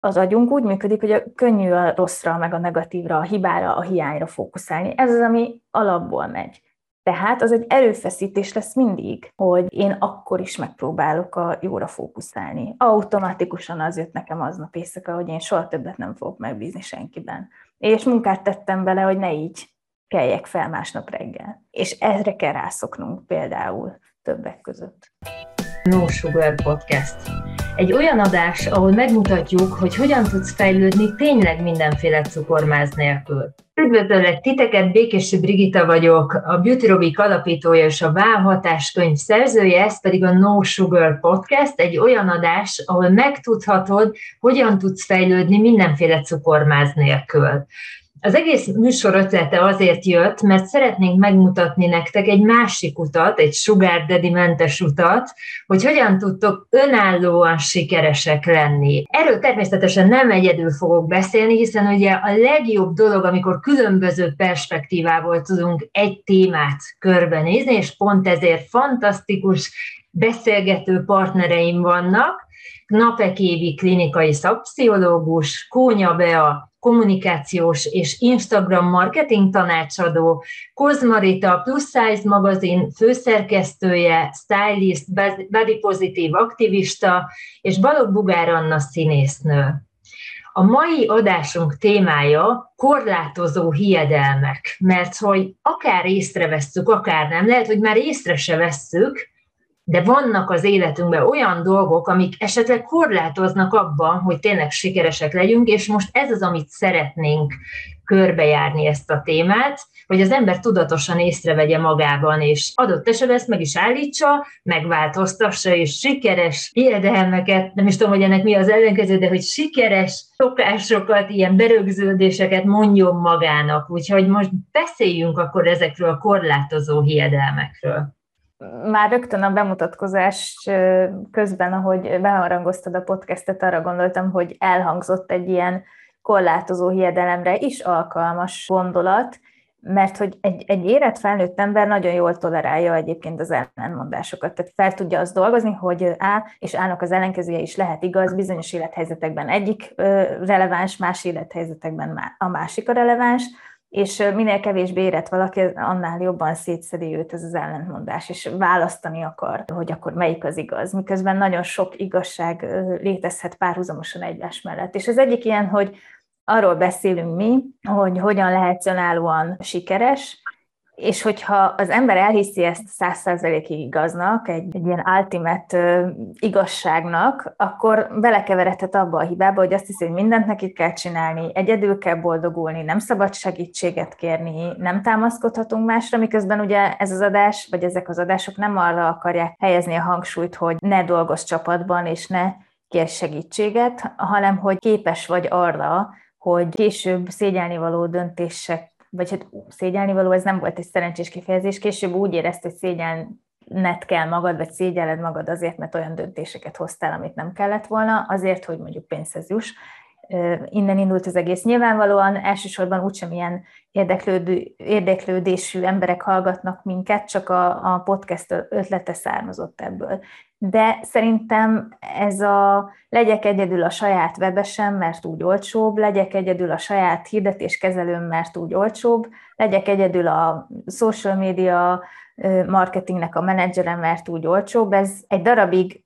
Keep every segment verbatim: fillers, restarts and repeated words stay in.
Az agyunk úgy működik, hogy a könnyű a rosszra, meg a negatívra, a hibára, a hiányra fókuszálni. Ez az, ami alapból megy. Tehát az egy erőfeszítés lesz mindig, hogy én akkor is megpróbálok a jóra fókuszálni. Automatikusan az jött nekem aznap éjszaka, hogy én soha többet nem fogok megbízni senkiben. És munkát tettem bele, hogy ne így keljek fel másnap reggel. És ezre kell rászoknunk például többek között. No Sugar Podcast. Egy olyan adás, ahol megmutatjuk, hogy hogyan tudsz fejlődni tényleg mindenféle cukormáz nélkül. Üdvözöllek titeket, Békési Brigitta vagyok, a Beauty Robic alapítója és a Wow hatáskönyv szerzője, ez pedig a No Sugar Podcast, egy olyan adás, ahol megtudhatod, hogyan tudsz fejlődni mindenféle cukormáz nélkül. Az egész műsor ötlete azért jött, mert szeretnénk megmutatni nektek egy másik utat, egy sugar daddy mentes utat, hogy hogyan tudtok önállóan sikeresek lenni. Erről természetesen nem egyedül fogok beszélni, hiszen ugye a legjobb dolog, amikor különböző perspektívából tudunk egy témát körbenézni, és pont ezért fantasztikus beszélgető partnereim vannak. Knapek Évi klinikai szakpszichológus, Kónya Bea kommunikációs és Instagram marketing tanácsadó, Kozma Rita Plus Size magazin főszerkesztője, stylist, body pozitív aktivista, és Balogh Bugár Anna színésznő. A mai adásunk témája korlátozó hiedelmek, mert hogy akár észrevesszük, akár nem, lehet, hogy már észre se vesszük, de vannak az életünkben olyan dolgok, amik esetleg korlátoznak abban, hogy tényleg sikeresek legyünk, és most ez az, amit szeretnénk körbejárni ezt a témát, hogy az ember tudatosan észrevegye magában, és adott esetben ezt meg is állítsa, megváltoztassa, és sikeres hiedelmeket, nem is tudom, hogy ennek mi az ellenkező, de hogy sikeres szokásokat, ilyen berögződéseket mondjon magának. Úgyhogy most beszéljünk akkor ezekről a korlátozó hiedelmekről. Már rögtön a bemutatkozás közben, ahogy beharangoztad a podcastet, arra gondoltam, hogy elhangzott egy ilyen korlátozó hiedelemre is alkalmas gondolat, mert hogy egy, egy érett felnőtt ember nagyon jól tolerálja egyébként az ellenmondásokat. Tehát fel tudja azt dolgozni, hogy A és A-nak az ellenkezője is lehet igaz, bizonyos élethelyzetekben egyik releváns, más élethelyzetekben a másik a releváns, és minél kevésbé érett valaki, annál jobban szétszedi őt ez az ellentmondás, és választani akar, hogy akkor melyik az igaz, miközben nagyon sok igazság létezhet párhuzamosan egymás mellett. És az egyik ilyen, hogy arról beszélünk mi, hogy hogyan lehetsz önállóan sikeres, és hogyha az ember elhiszi ezt száz százalékig igaznak, egy, egy ilyen ultimate uh, igazságnak, akkor belekeveredhet abba a hibába, hogy azt hiszi, hogy mindent neki kell csinálni, egyedül kell boldogulni, nem szabad segítséget kérni, nem támaszkodhatunk másra, miközben ugye ez az adás, vagy ezek az adások nem arra akarják helyezni a hangsúlyt, hogy ne dolgozz csapatban, és ne kérj segítséget, hanem hogy képes vagy arra, hogy később szégyelnivaló döntések, vagy hát szégyelnivaló, ez nem volt egy szerencsés kifejezés, később úgy érezte, hogy szégyelned kell magad, vagy szégyelled magad azért, mert olyan döntéseket hoztál, amit nem kellett volna, azért, hogy mondjuk pénzhez juss. Innen indult az egész. Nyilvánvalóan elsősorban úgysem ilyen érdeklődő, érdeklődésű emberek hallgatnak minket, csak a, a podcast ötlete származott ebből. De szerintem ez a legyek egyedül a saját webesem, mert úgy olcsóbb, legyek egyedül a saját hirdetéskezelőm, mert úgy olcsóbb, legyek egyedül a social media marketingnek a menedzserem, mert úgy olcsóbb, ez egy darabig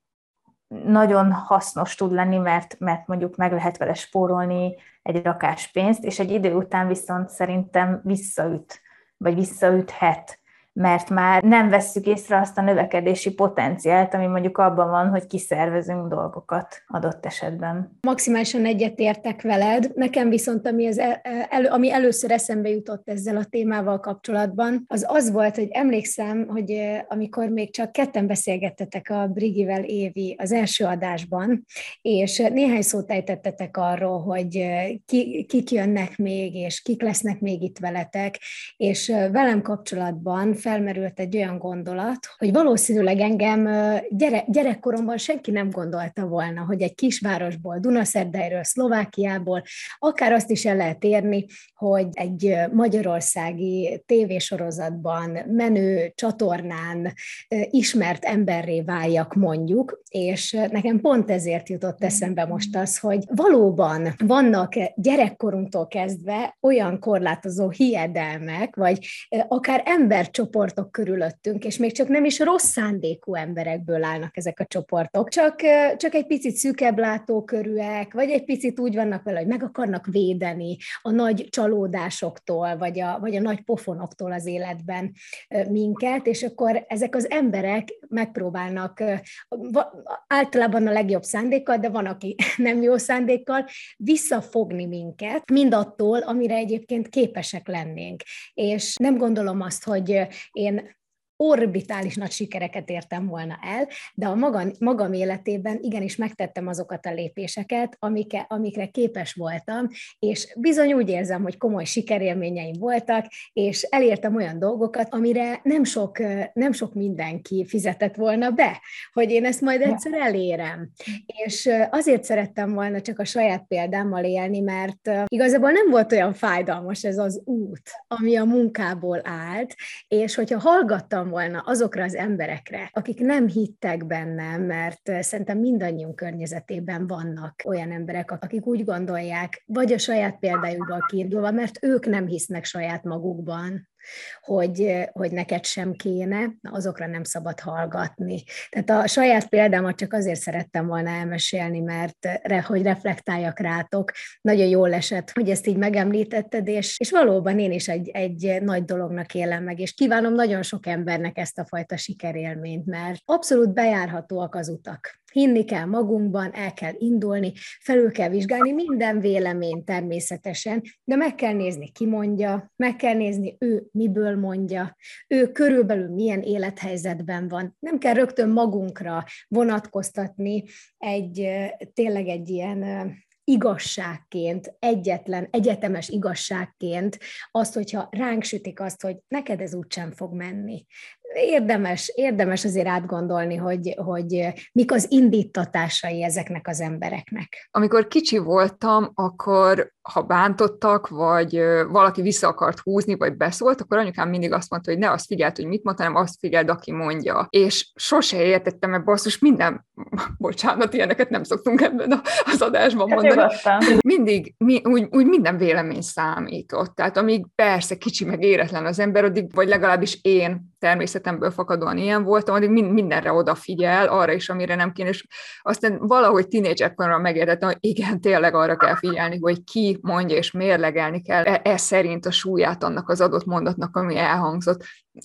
nagyon hasznos tud lenni, mert, mert mondjuk meg lehet vele spórolni egy rakás pénzt, és egy idő után viszont szerintem visszaüt, vagy visszaüthet, mert már nem vesszük észre azt a növekedési potenciált, ami mondjuk abban van, hogy kiszervezünk dolgokat adott esetben. Maximálisan egyetértek veled. Nekem viszont, ami, az el, ami először eszembe jutott ezzel a témával kapcsolatban, az az volt, hogy emlékszem, hogy amikor még csak ketten beszélgettetek a Brigivel, Évi az első adásban, és néhány szót ejtettetek arról, hogy ki, kik jönnek még, és kik lesznek még itt veletek, és velem kapcsolatban felmerült egy olyan gondolat, hogy valószínűleg engem gyere, gyerekkoromban senki nem gondolta volna, hogy egy kisvárosból, Dunaszerdahelyről, Szlovákiából, akár azt is el lehet érni, hogy egy magyarországi tévésorozatban, menő csatornán ismert emberré váljak mondjuk, és nekem pont ezért jutott eszembe most az, hogy valóban vannak gyerekkorunktól kezdve olyan korlátozó hiedelmek, vagy akár embercsoportok körülöttünk, és még csak nem is rossz szándékú emberekből állnak ezek a csoportok, csak, csak egy picit szűkebb látókörűek, vagy egy picit úgy vannak vele, hogy meg akarnak védeni a nagy csalódásoktól, vagy a, vagy a nagy pofonoktól az életben minket, és akkor ezek az emberek megpróbálnak általában a legjobb szándékkal, de van, aki nem jó szándékkal, visszafogni minket mindattól, amire egyébként képesek lennénk. És nem gondolom azt, hogy én orbitális nagy sikereket értem volna el, de a magam, magam életében igenis megtettem azokat a lépéseket, amike, amikre képes voltam, és bizony úgy érzem, hogy komoly sikerélményeim voltak, és elértem olyan dolgokat, amire nem sok, nem sok mindenki fizetett volna be, hogy én ezt majd egyszer elérem. És azért szerettem volna csak a saját példámmal élni, mert igazából nem volt olyan fájdalmas ez az út, ami a munkából állt, és hogyha hallgattam volna azokra az emberekre, akik nem hittek bennem, mert szerintem mindannyiunk környezetében vannak olyan emberek, akik úgy gondolják, vagy a saját példájukból kiindulva, mert ők nem hisznek saját magukban, hogy, hogy neked sem kéne, azokra nem szabad hallgatni. Tehát a saját példámat csak azért szerettem volna elmesélni, mert hogy reflektáljak rátok. Nagyon jól esett, hogy ezt így megemlítetted, és, és valóban én is egy, egy nagy dolognak élem meg, és kívánom nagyon sok embernek ezt a fajta sikerélményt, mert abszolút bejárhatóak az utak. Hinni kell magunkban, el kell indulni, felül kell vizsgálni minden véleményt természetesen, de meg kell nézni, ki mondja, meg kell nézni, ő miből mondja, ő körülbelül milyen élethelyzetben van. Nem kell rögtön magunkra vonatkoztatni egy tényleg egy ilyen igazságként, egyetlen, egyetemes igazságként azt, hogyha ránk sütik azt, hogy neked ez úgysem fog menni. Érdemes, érdemes azért átgondolni, hogy, hogy mik az indítatásai ezeknek az embereknek. Amikor kicsi voltam, akkor ha bántottak, vagy valaki vissza akart húzni, vagy beszólt, akkor anyukám mindig azt mondta, hogy ne azt figyeld, hogy mit mond, hanem azt figyeld, aki mondja. És sose értettem ebbe basszus, minden, bocsánat, ilyeneket nem szoktunk ebben az adásban mondani. Mindig, mi, úgy, úgy minden vélemény számított. Tehát amíg persze kicsi meg éretlen az ember, addig, vagy legalábbis én természetemből fakadóan ilyen voltam, addig mindenre odafigyel, arra is, amire nem kéne, és aztán valahogy tínédzserkoromra megértettem, hogy igen, tényleg arra kell figyelni, hogy ki mondja, és mérlegelni kell e, e szerint a súlyát annak az adott mondatnak, ami elhangzott.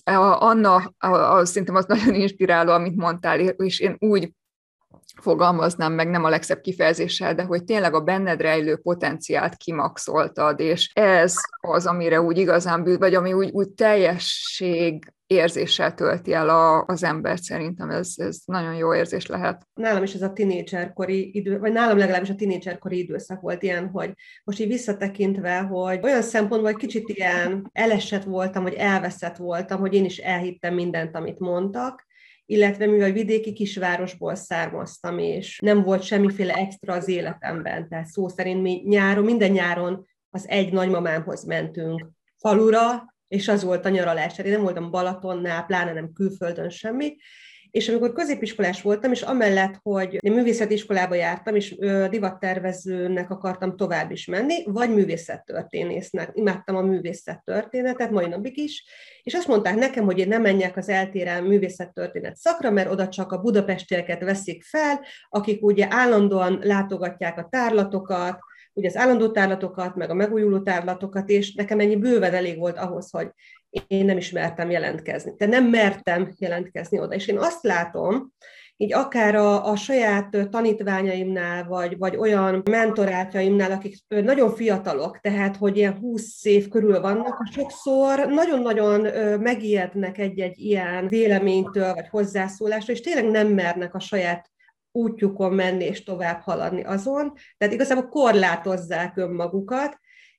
Anna, az, szerintem az nagyon inspiráló, amit mondtál, és én úgy fogalmaznám meg, nem a legszebb kifejezéssel, de hogy tényleg a benned rejlő potenciált kimaxoltad, és ez az, amire úgy igazán bűt, vagy ami úgy, úgy teljesség érzéssel tölti el a, az embert, szerintem ez, ez nagyon jó érzés lehet. Nálam is ez a tinédzserkori idő, vagy nálam legalábbis a tinédzserkori időszak volt ilyen, hogy most így visszatekintve, hogy olyan szempontból egy kicsit ilyen elesett voltam, vagy elveszett voltam, hogy én is elhittem mindent, amit mondtak, illetve mivel vidéki kisvárosból származtam, és nem volt semmiféle extra az életemben, tehát szó szerint mi nyáron, minden nyáron az egy nagymamámhoz mentünk falura, és az volt a nyaralás. Én nem voltam Balatonnál, pláne nem külföldön semmi, és amikor középiskolás voltam, és amellett, hogy én művészeti iskolába jártam, és divattervezőnek akartam tovább is menni, vagy művészettörténésznek. Imádtam a művészettörténetet, mai napig is, és azt mondták nekem, hogy én nem menjek az eltéren művészettörténet szakra, mert oda csak a budapestieket veszik fel, akik ugye állandóan látogatják a tárlatokat, ugye az állandó tárlatokat, meg a megújuló tárlatokat, és nekem ennyi bőven elég volt ahhoz, hogy én nem is mertem jelentkezni. De nem mertem jelentkezni oda. És én azt látom, így akár a, a saját tanítványaimnál, vagy, vagy olyan mentorátjaimnál, akik nagyon fiatalok, tehát hogy ilyen húsz év körül vannak, sokszor nagyon-nagyon megijednek egy-egy ilyen véleménytől, vagy hozzászólásra, és tényleg nem mernek a saját útjukon menni és tovább haladni azon, tehát igazából korlátozzák önmagukat,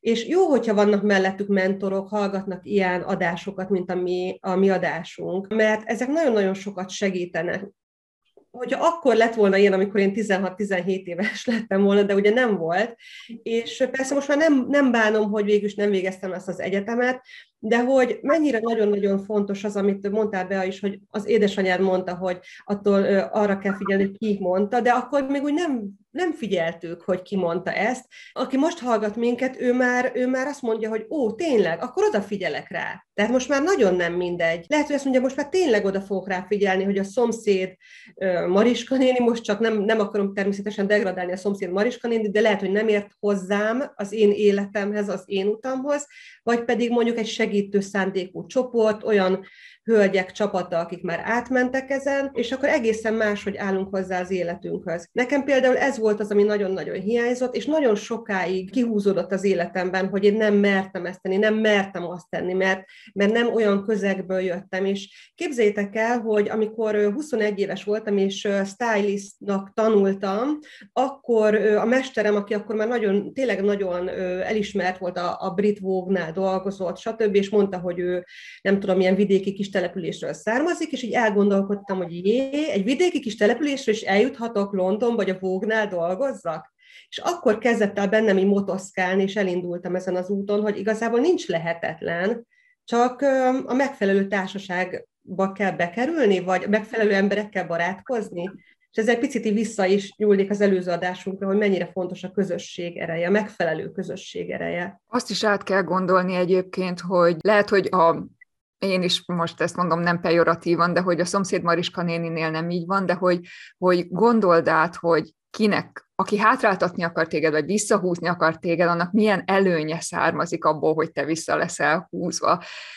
És jó, hogyha vannak mellettük mentorok, hallgatnak ilyen adásokat, mint a mi, a mi adásunk, mert ezek nagyon-nagyon sokat segítenek. Hogyha akkor lett volna ilyen, amikor én tizenhat-tizenhét éves lettem volna, de ugye nem volt, és persze most már nem, nem bánom, hogy végülis nem végeztem ezt az egyetemet, de hogy mennyire nagyon-nagyon fontos az, amit mondtál Bea is, hogy az édesanyád mondta, hogy attól arra kell figyelni, hogy ki mondta, de akkor még úgy nem, nem figyeltük, hogy ki mondta ezt. Aki most hallgat minket, ő már, ő már azt mondja, hogy ó, tényleg, akkor odafigyelek rá. Tehát most már nagyon nem mindegy. Lehet, hogy azt mondja, most már tényleg oda fogok rá figyelni, hogy a szomszéd Mariska néni, most csak nem, nem akarom természetesen degradálni a szomszéd Mariska néni, de lehet, hogy nem ért hozzám az én életemhez, az én utamhoz, vagy pedig mondjuk egy segítő szándékú csoport, olyan hölgyek csapata, akik már átmentek ezen, és akkor egészen máshogy állunk hozzá az életünkhöz. Nekem például ez volt az, ami nagyon-nagyon hiányzott, és nagyon sokáig kihúzódott az életemben, hogy én nem mertem ezt tenni, nem mertem azt tenni, mert, mert nem olyan közegből jöttem. És képzeljétek el, hogy amikor huszonegy éves voltam, és stylistnak tanultam, akkor a mesterem, aki akkor már nagyon, tényleg nagyon elismert volt, a, a Brit Vogue-nál dolgozott, stb., és mondta, hogy ő nem tudom, milyen vidéki kis településről származik, és így elgondolkodtam, hogy jé, egy vidéki kis településről is eljuthatok Londonba, vagy a Vogue-nál dolgozzak? És akkor kezdett el bennem így motoszkálni, és elindultam ezen az úton, hogy igazából nincs lehetetlen, csak a megfelelő társaságba kell bekerülni, vagy megfelelő emberekkel barátkozni. És ez egy picit vissza is nyúlik az előző adásunkra, hogy mennyire fontos a közösség ereje, a megfelelő közösség ereje. Azt is át kell gondolni egyébként, hogy lehet, hogy a én is most ezt mondom nem pejoratívan, de hogy a szomszéd Mariska néninél nem így van, de hogy, hogy gondold át, hogy kinek, aki hátráltatni akar téged, vagy visszahúzni akar téged, annak milyen előnye származik abból, hogy te vissza leszel húzva.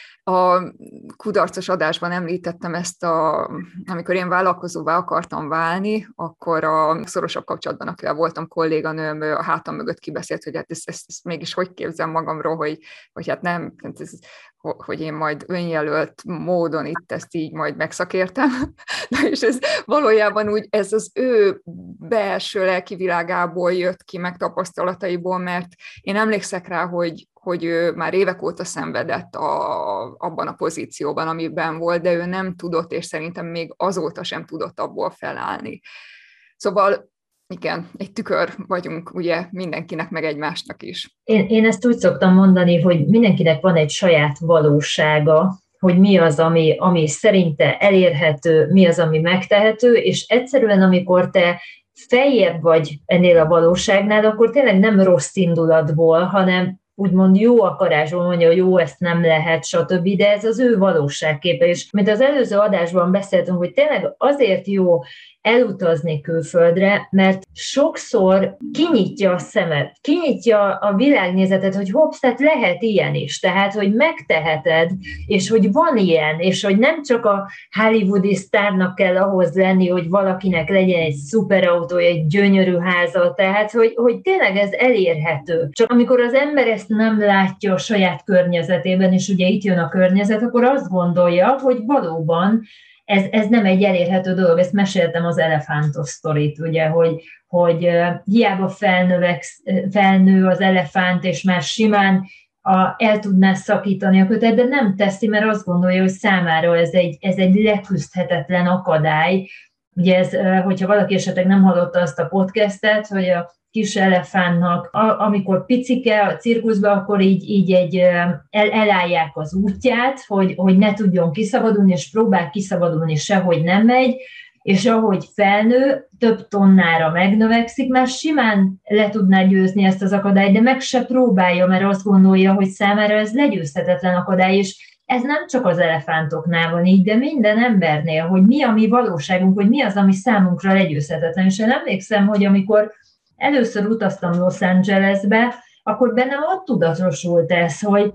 A kudarcos adásban említettem ezt, a, amikor én vállalkozóvá akartam válni, akkor a szorosabb kapcsolatban, akivel voltam kolléganőm, a hátam mögött kibeszélt, hogy hát ezt, ezt, ezt mégis hogy képzem magamról, hogy, hogy hát nem, ez, hogy én majd önjelölt módon itt ezt így majd megszakértem. Na és ez valójában úgy, ez az ő belső lelki világából jött ki, meg tapasztalataiból, mert én emlékszek rá, hogy hogy ő már évek óta szenvedett a, abban a pozícióban, amiben volt, de ő nem tudott, és szerintem még azóta sem tudott abból felállni. Szóval igen, egy tükör vagyunk, ugye, mindenkinek, meg egymásnak is. Én, én ezt úgy szoktam mondani, hogy mindenkinek van egy saját valósága, hogy mi az, ami, ami szerinte elérhető, mi az, ami megtehető, és egyszerűen, amikor te feljebb vagy ennél a valóságnál, akkor tényleg nem rossz indulatból, hanem úgymond jó akarásból mondja, hogy jó, ezt nem lehet, stb., de ez az ő valóságképe. És mint az előző adásban beszéltünk, hogy tényleg azért jó elutazni külföldre, mert sokszor kinyitja a szemed, kinyitja a világnézetet, hogy hopsz, tehát lehet ilyen is, tehát, hogy megteheted, és hogy van ilyen, és hogy nem csak a hollywoodi sztárnak kell ahhoz lenni, hogy valakinek legyen egy szuperautója, egy gyönyörű háza, tehát, hogy, hogy tényleg ez elérhető. Csak amikor az ember ezt nem látja a saját környezetében, és ugye itt jön a környezet, akkor azt gondolja, hogy valóban Ez, ez nem egy elérhető dolog, ezt meséltem az elefántos sztorit, ugye, hogy, hogy hiába felnöveksz, felnő az elefánt, és már simán a, el tudná szakítani a kötet, de nem teszi, mert azt gondolja, hogy számára ez egy, ez egy leküzdhetetlen akadály. Ugye ez, hogyha valaki esetleg nem hallotta azt a podcastet, hogy a kis elefántnak, amikor picike a cirkuszba, akkor így, így egy, el, elállják az útját, hogy, hogy ne tudjon kiszabadulni, és próbál kiszabadulni, sehogy nem megy, és ahogy felnő, több tonnára megnövekszik, már simán le tudná győzni ezt az akadályt, de meg se próbálja, mert azt gondolja, hogy számára ez legyőzhetetlen akadály, és ez nem csak az elefántoknál van így, de minden embernél, hogy mi a mi valóságunk, hogy mi az, ami számunkra legyőzhetetlen. És én emlékszem, hogy amikor először utaztam Los Angelesbe, akkor bennem ott tudatosult ez, hogy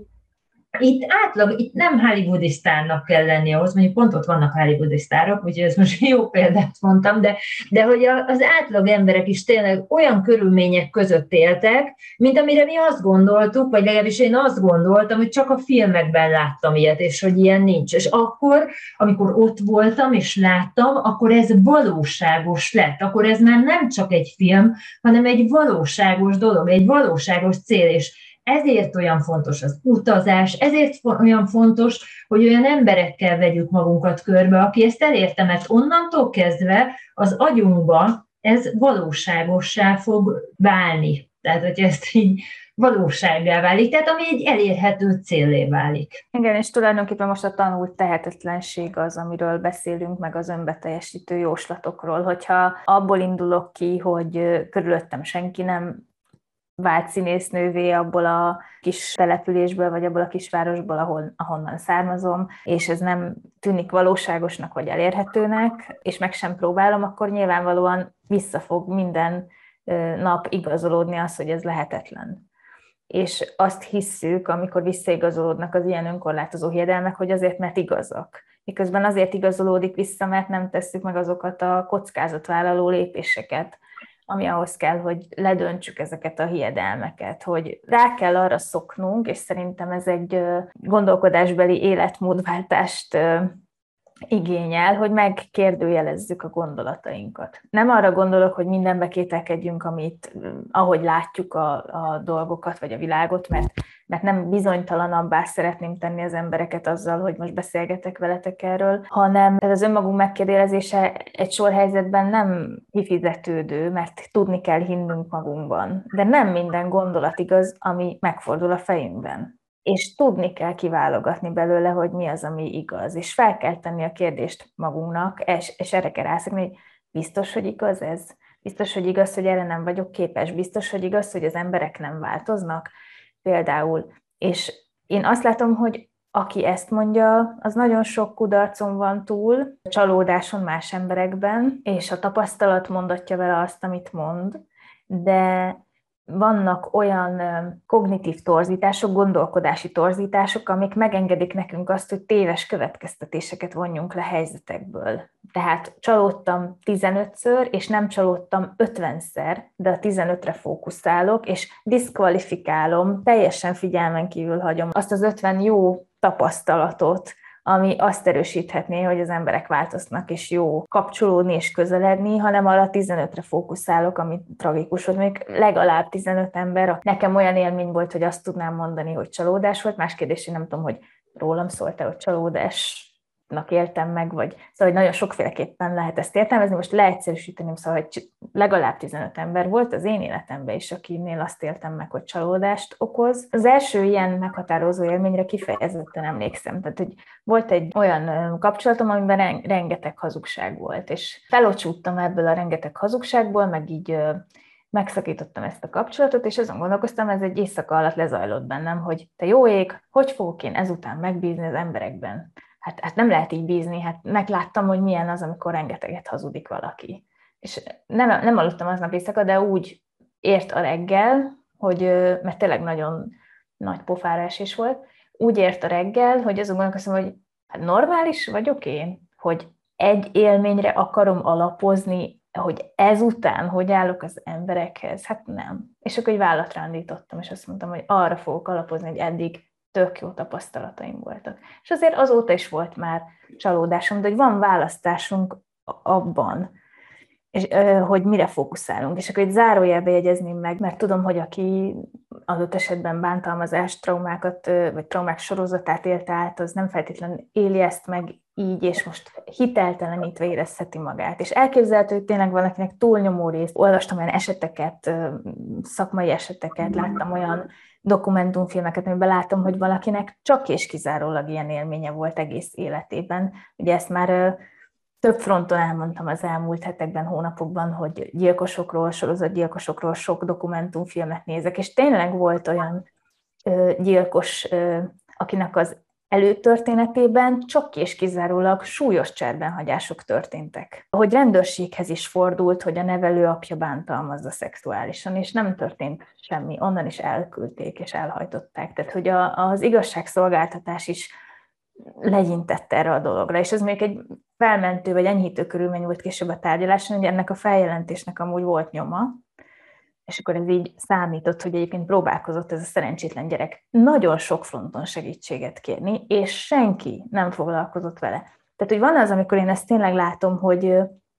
itt átlag, itt nem hollywoodi sztárnak kell lenni ahhoz, mondjuk pont ott vannak hollywoodi sztárok, úgyhogy ez most jó példát mondtam, de, de hogy az átlag emberek is tényleg olyan körülmények között éltek, mint amire mi azt gondoltuk, vagy legalábbis én azt gondoltam, hogy csak a filmekben láttam ilyet, és hogy ilyen nincs. És akkor, amikor ott voltam és láttam, akkor ez valóságos lett. Akkor ez már nem csak egy film, hanem egy valóságos dolog, egy valóságos cél, és Ezért olyan fontos az utazás, ezért olyan fontos, hogy olyan emberekkel vegyük magunkat körbe, aki ezt elérte, mert onnantól kezdve az agyunkba ez valóságossá fog válni. Tehát, hogy ezt így valósággá válik, tehát ami egy elérhető céllé válik. Igen, és tulajdonképpen most a tanult tehetetlenség az, amiről beszélünk, meg az önbeteljesítő jóslatokról, hogyha abból indulok ki, hogy körülöttem senki nem vált színésznővé abból a kis településből, vagy abból a kisvárosból, ahol, ahonnan származom, és ez nem tűnik valóságosnak, vagy elérhetőnek, és meg sem próbálom, akkor nyilvánvalóan vissza fog minden nap igazolódni az, hogy ez lehetetlen. És azt hisszük, amikor visszaigazolódnak az ilyen önkorlátozó hiedelmek, hogy azért, mert igazak. Miközben azért igazolódik vissza, mert nem tesszük meg azokat a kockázatvállaló lépéseket, ami ahhoz kell, hogy ledöntsük ezeket a hiedelmeket, hogy rá kell arra szoknunk, és szerintem ez egy gondolkodásbeli életmódváltást igényel, hogy megkérdőjelezzük a gondolatainkat. Nem arra gondolok, hogy mindenbe kételkedjünk, amit, ahogy látjuk a, a dolgokat, vagy a világot, mert, mert nem bizonytalanabbá szeretném tenni az embereket azzal, hogy most beszélgetek veletek erről, hanem ez az önmagunk megkérdőjelezése egy sor helyzetben nem kifizetődő, mert tudni kell hinnünk magunkban. De nem minden gondolat igaz, ami megfordul a fejünkben. És tudni kell kiválogatni belőle, hogy mi az, ami igaz. És fel kell tenni a kérdést magunknak, és, és erre kell rászokni, hogy biztos, hogy igaz ez? Biztos, hogy igaz, hogy erre nem vagyok képes? Biztos, hogy igaz, hogy az emberek nem változnak? Például. És én azt látom, hogy aki ezt mondja, az nagyon sok kudarcon van túl, csalódáson más emberekben, és a tapasztalat mondatja vele azt, amit mond, de vannak olyan kognitív torzítások, gondolkodási torzítások, amik megengedik nekünk azt, hogy téves következtetéseket vonjunk le helyzetekből. Tehát csalódtam tizenötször, és nem csalódtam ötvenszer, de a tizenötre fókuszálok, és diszkvalifikálom, teljesen figyelmen kívül hagyom azt az ötven jó tapasztalatot, ami azt erősíthetné, hogy az emberek változnak, és jó kapcsolódni és közeledni, hanem arra tizenötre fókuszálok, ami tragikus volt. Még legalább tizenöt ember. Nekem olyan élmény volt, hogy azt tudnám mondani, hogy csalódás volt. Más kérdés, én nem tudom, hogy rólam szólt-e, hogy csalódásnak éltem meg, vagy szóval hogy nagyon sokféleképpen lehet ezt értelmezni. Most leegyszerűsíteném, szóval, hogy legalább tizenöt ember volt az én életemben is, akinél azt éltem meg, hogy csalódást okoz. Az első ilyen meghatározó élményre kifejezetten emlékszem. Tehát, hogy volt egy olyan kapcsolatom, amiben rengeteg hazugság volt, és felocsúttam ebből a rengeteg hazugságból, meg így megszakítottam ezt a kapcsolatot, és azon gondolkoztam, ez egy éjszaka alatt lezajlott bennem, hogy te jó ég, hogy fogok én ezután megbízni az emberekben? Hát, hát nem lehet így bízni, hát megláttam, hogy milyen az, amikor rengeteget hazudik valaki. És nem, nem aludtam aznap éjszaka, de úgy ért a reggel, hogy, mert tényleg nagyon nagy pofára esés volt, úgy ért a reggel, hogy azon gondolkoztam, hogy hát normális vagyok én, hogy egy élményre akarom alapozni, hogy ezután hogy állok az emberekhez, hát nem. És akkor egy vállat rándítottam, és azt mondtam, hogy arra fogok alapozni, hogy eddig tök jó tapasztalataim voltak. És azért azóta is volt már csalódásom, de hogy van választásunk abban, és hogy mire fókuszálunk. És akkor egy zárójelbe jegyezném meg, mert tudom, hogy aki adott esetben bántalmazás, traumákat, vagy traumák sorozatát élte át, az nem feltétlenül éli ezt meg így, és most hiteltelenítve érezheti magát. És elképzelhető, hogy tényleg van, akinek túlnyomó rész. Olvastam olyan eseteket, szakmai eseteket, láttam olyan dokumentumfilmeket, amiben látom, hogy valakinek csak és kizárólag ilyen élménye volt egész életében. Ugye ezt már több fronton elmondtam az elmúlt hetekben, hónapokban, hogy gyilkosokról, sorozatgyilkosokról sok dokumentumfilmet nézek, és tényleg volt olyan ö, gyilkos, ö, akinek az előtörténetében csak és kizárólag súlyos cserbenhagyások történtek. Hogy rendőrséghez is fordult, hogy a nevelőapja bántalmazza szexuálisan, és nem történt semmi, onnan is elküldték és elhajtották. Tehát, hogy a, az igazságszolgáltatás is legyintette erre a dologra, és ez még egy felmentő vagy enyhítő körülmény volt később a tárgyaláson, hogy ennek a feljelentésnek amúgy volt nyoma, és akkor ez így számított, hogy egyébként próbálkozott ez a szerencsétlen gyerek nagyon sok fronton segítséget kérni, és senki nem foglalkozott vele. Tehát, hogy van az, amikor én ezt tényleg látom, hogy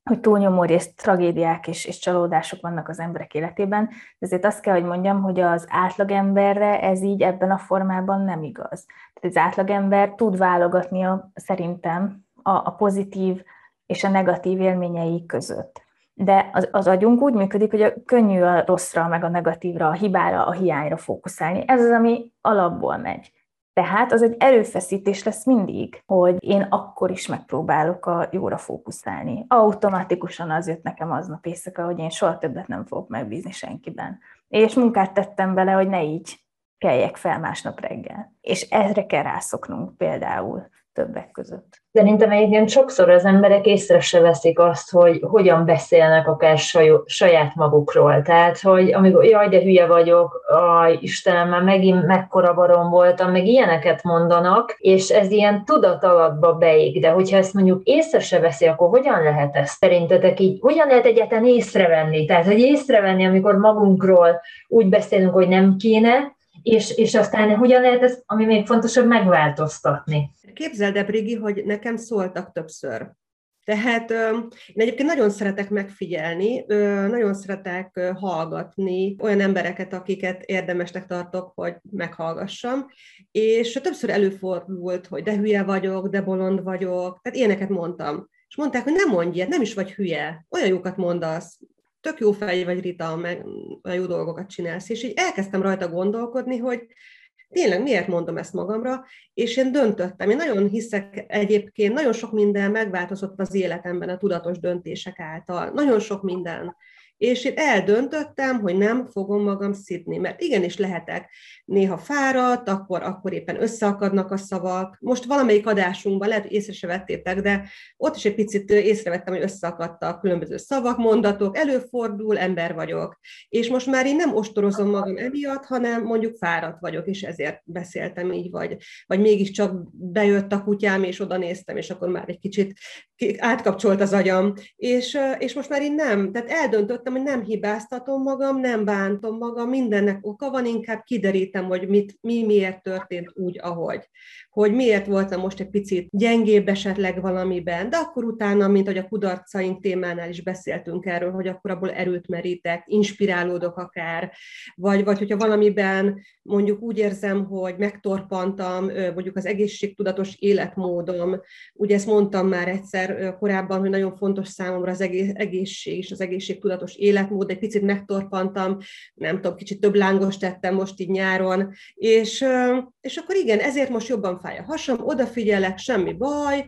hogy túlnyomó részt tragédiák és, és csalódások vannak az emberek életében, de ezért azt kell, hogy mondjam, hogy az átlagemberre ez így ebben a formában nem igaz. Tehát az átlagember tud válogatni a, szerintem a, a pozitív és a negatív élményei között. De az, az agyunk úgy működik, hogy a könnyű a rosszra, meg a negatívra, a hibára, a hiányra fókuszálni. Ez az, ami alapból megy. Tehát az egy erőfeszítés lesz mindig, hogy én akkor is megpróbálok a jóra fókuszálni. Automatikusan az jött nekem aznap éjszaka, hogy én soha többet nem fogok megbízni senkiben. És munkát tettem bele, hogy ne így keljek fel másnap reggel. És ezre kell rászoknunk például többek között. Szerintem egyébként sokszor az emberek észre se veszik azt, hogy hogyan beszélnek akár saját magukról. Tehát, hogy amikor jaj, de hülye vagyok, aj, Istenem, már megint mekkora barom voltam, meg ilyeneket mondanak, és ez ilyen tudatalatba beég. De hogyha ezt mondjuk észre se veszi, akkor hogyan lehet ezt szerintetek így, hogyan lehet egyáltalán észrevenni? Tehát, hogy észrevenni, amikor magunkról úgy beszélünk, hogy nem kéne, és, és aztán hogyan lehet ezt, ami még fontosabb, megváltoztatni? Képzeld el, Brigi, hogy nekem szóltak többször. Tehát én egyébként nagyon szeretek megfigyelni, nagyon szeretek hallgatni olyan embereket, akiket érdemesnek tartok, hogy meghallgassam, és többször előfordult, hogy de hülye vagyok, de bolond vagyok, tehát ilyeneket mondtam. És mondták, hogy nem mondj ilyet, nem is vagy hülye, olyan jókat mondasz, tök jó fej vagy, Rita, meg olyan jó dolgokat csinálsz, és így elkezdtem rajta gondolkodni, hogy tényleg miért mondom ezt magamra, és én döntöttem. Én nagyon hiszek egyébként, nagyon sok minden megváltozott az életemben a tudatos döntések által. Nagyon sok minden. És én eldöntöttem, hogy nem fogom magam szidni, mert igenis lehetek néha fáradt, akkor, akkor éppen összeakadnak a szavak. Most valamelyik adásunkban, lehet, hogy észre se vettétek, de ott is egy picit észrevettem, hogy összeakadtak különböző szavak, mondatok, előfordul, ember vagyok. És most már én nem ostorozom magam emiatt, hanem mondjuk fáradt vagyok, és ezért beszéltem így, vagy, vagy mégiscsak bejött a kutyám, és oda néztem, és akkor már egy kicsit átkapcsolt az agyam. És, és most már én nem, tehát eldöntöttem, hogy nem hibáztatom magam, nem bántom magam, mindennek oka van, inkább kiderítem, hogy mit, mi miért történt úgy, ahogy. Hogy miért voltam most egy picit gyengébb esetleg valamiben, de akkor utána, mint hogy a kudarcaink témánál is beszéltünk erről, hogy akkor abból erőt merítek, inspirálódok akár, vagy, vagy hogyha valamiben mondjuk úgy érzem, hogy megtorpantam, mondjuk az egészségtudatos életmódom, ugye ezt mondtam már egyszer korábban, hogy nagyon fontos számomra az egészség és az egészségtudatos életmód, egy picit megtorpantam, nem tudom, kicsit több lángos tettem most így nyáron, és, és akkor igen, ezért most jobban fáj a hasam, odafigyelek, semmi baj,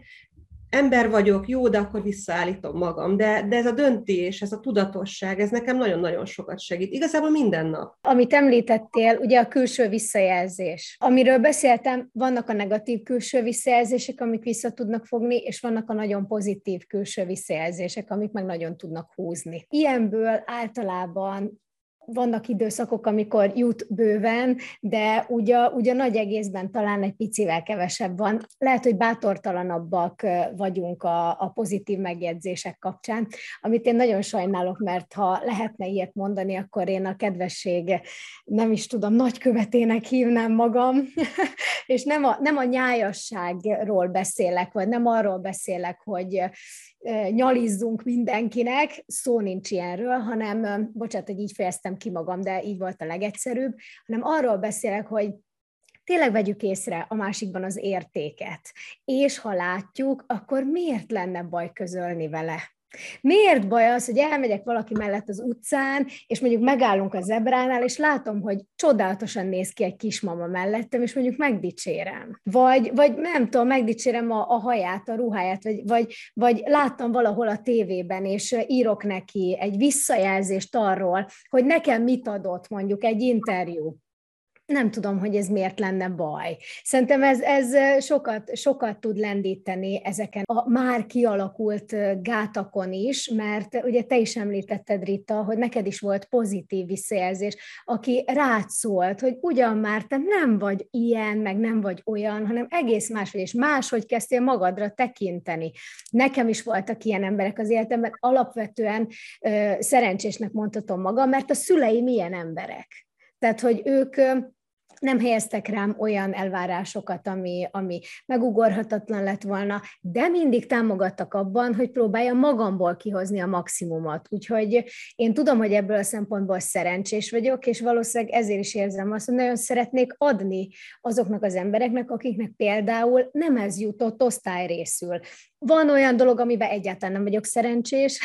ember vagyok, jó, de akkor visszaállítom magam. De, de ez a döntés, ez a tudatosság, ez nekem nagyon-nagyon sokat segít. Igazából minden nap. Amit említettél, ugye a külső visszajelzés. Amiről beszéltem, vannak a negatív külső visszajelzések, amik vissza tudnak fogni, és vannak a nagyon pozitív külső visszajelzések, amik meg nagyon tudnak húzni. Ilyenből általában vannak időszakok, amikor jut bőven, de ugye, ugye nagy egészben talán egy picivel kevesebb van. Lehet, hogy bátortalanabbak vagyunk a, a pozitív megjegyzések kapcsán, amit én nagyon sajnálok, mert ha lehetne ilyet mondani, akkor én a kedvesség, nem is tudom, nagykövetének hívnám magam, és nem a, nem a nyájasságról beszélek, vagy nem arról beszélek, hogy nyalizzunk mindenkinek, szó nincs ilyenről, hanem, bocsánat, hogy így fejeztem ki magam, de így volt a legegyszerűbb, hanem arról beszélek, hogy tényleg vegyük észre a másikban az értéket, és ha látjuk, akkor miért lenne baj közölni vele? Miért baj az, hogy elmegyek valaki mellett az utcán, és mondjuk megállunk a zebránál, és látom, hogy csodálatosan néz ki egy kismama mellettem, és mondjuk megdicsérem. Vagy, vagy nem tudom, megdicsérem a, a haját, a ruháját, vagy, vagy, vagy láttam valahol a tévében, és írok neki egy visszajelzést arról, hogy nekem mit adott mondjuk egy interjú. Nem tudom, hogy ez miért lenne baj. Szerintem ez, ez sokat, sokat tud lendíteni ezeken a már kialakult gátakon is, mert ugye te is említetted, Rita, hogy neked is volt pozitív visszajelzés, aki rád szólt, hogy ugyan már te nem vagy ilyen, meg nem vagy olyan, hanem egész máshogy, és máshogy kezdtél magadra tekinteni. Nekem is voltak ilyen emberek az életemben, alapvetően ö, szerencsésnek mondhatom magam, mert a szüleim ilyen emberek. Tehát, hogy ők nem helyeztek rám olyan elvárásokat, ami, ami megugorhatatlan lett volna, de mindig támogattak abban, hogy próbáljam magamból kihozni a maximumot. Úgyhogy én tudom, hogy ebből a szempontból szerencsés vagyok, és valószínűleg ezért is érzem azt, hogy nagyon szeretnék adni azoknak az embereknek, akiknek például nem ez jutott osztályrészül. Van olyan dolog, amiben egyáltalán nem vagyok szerencsés,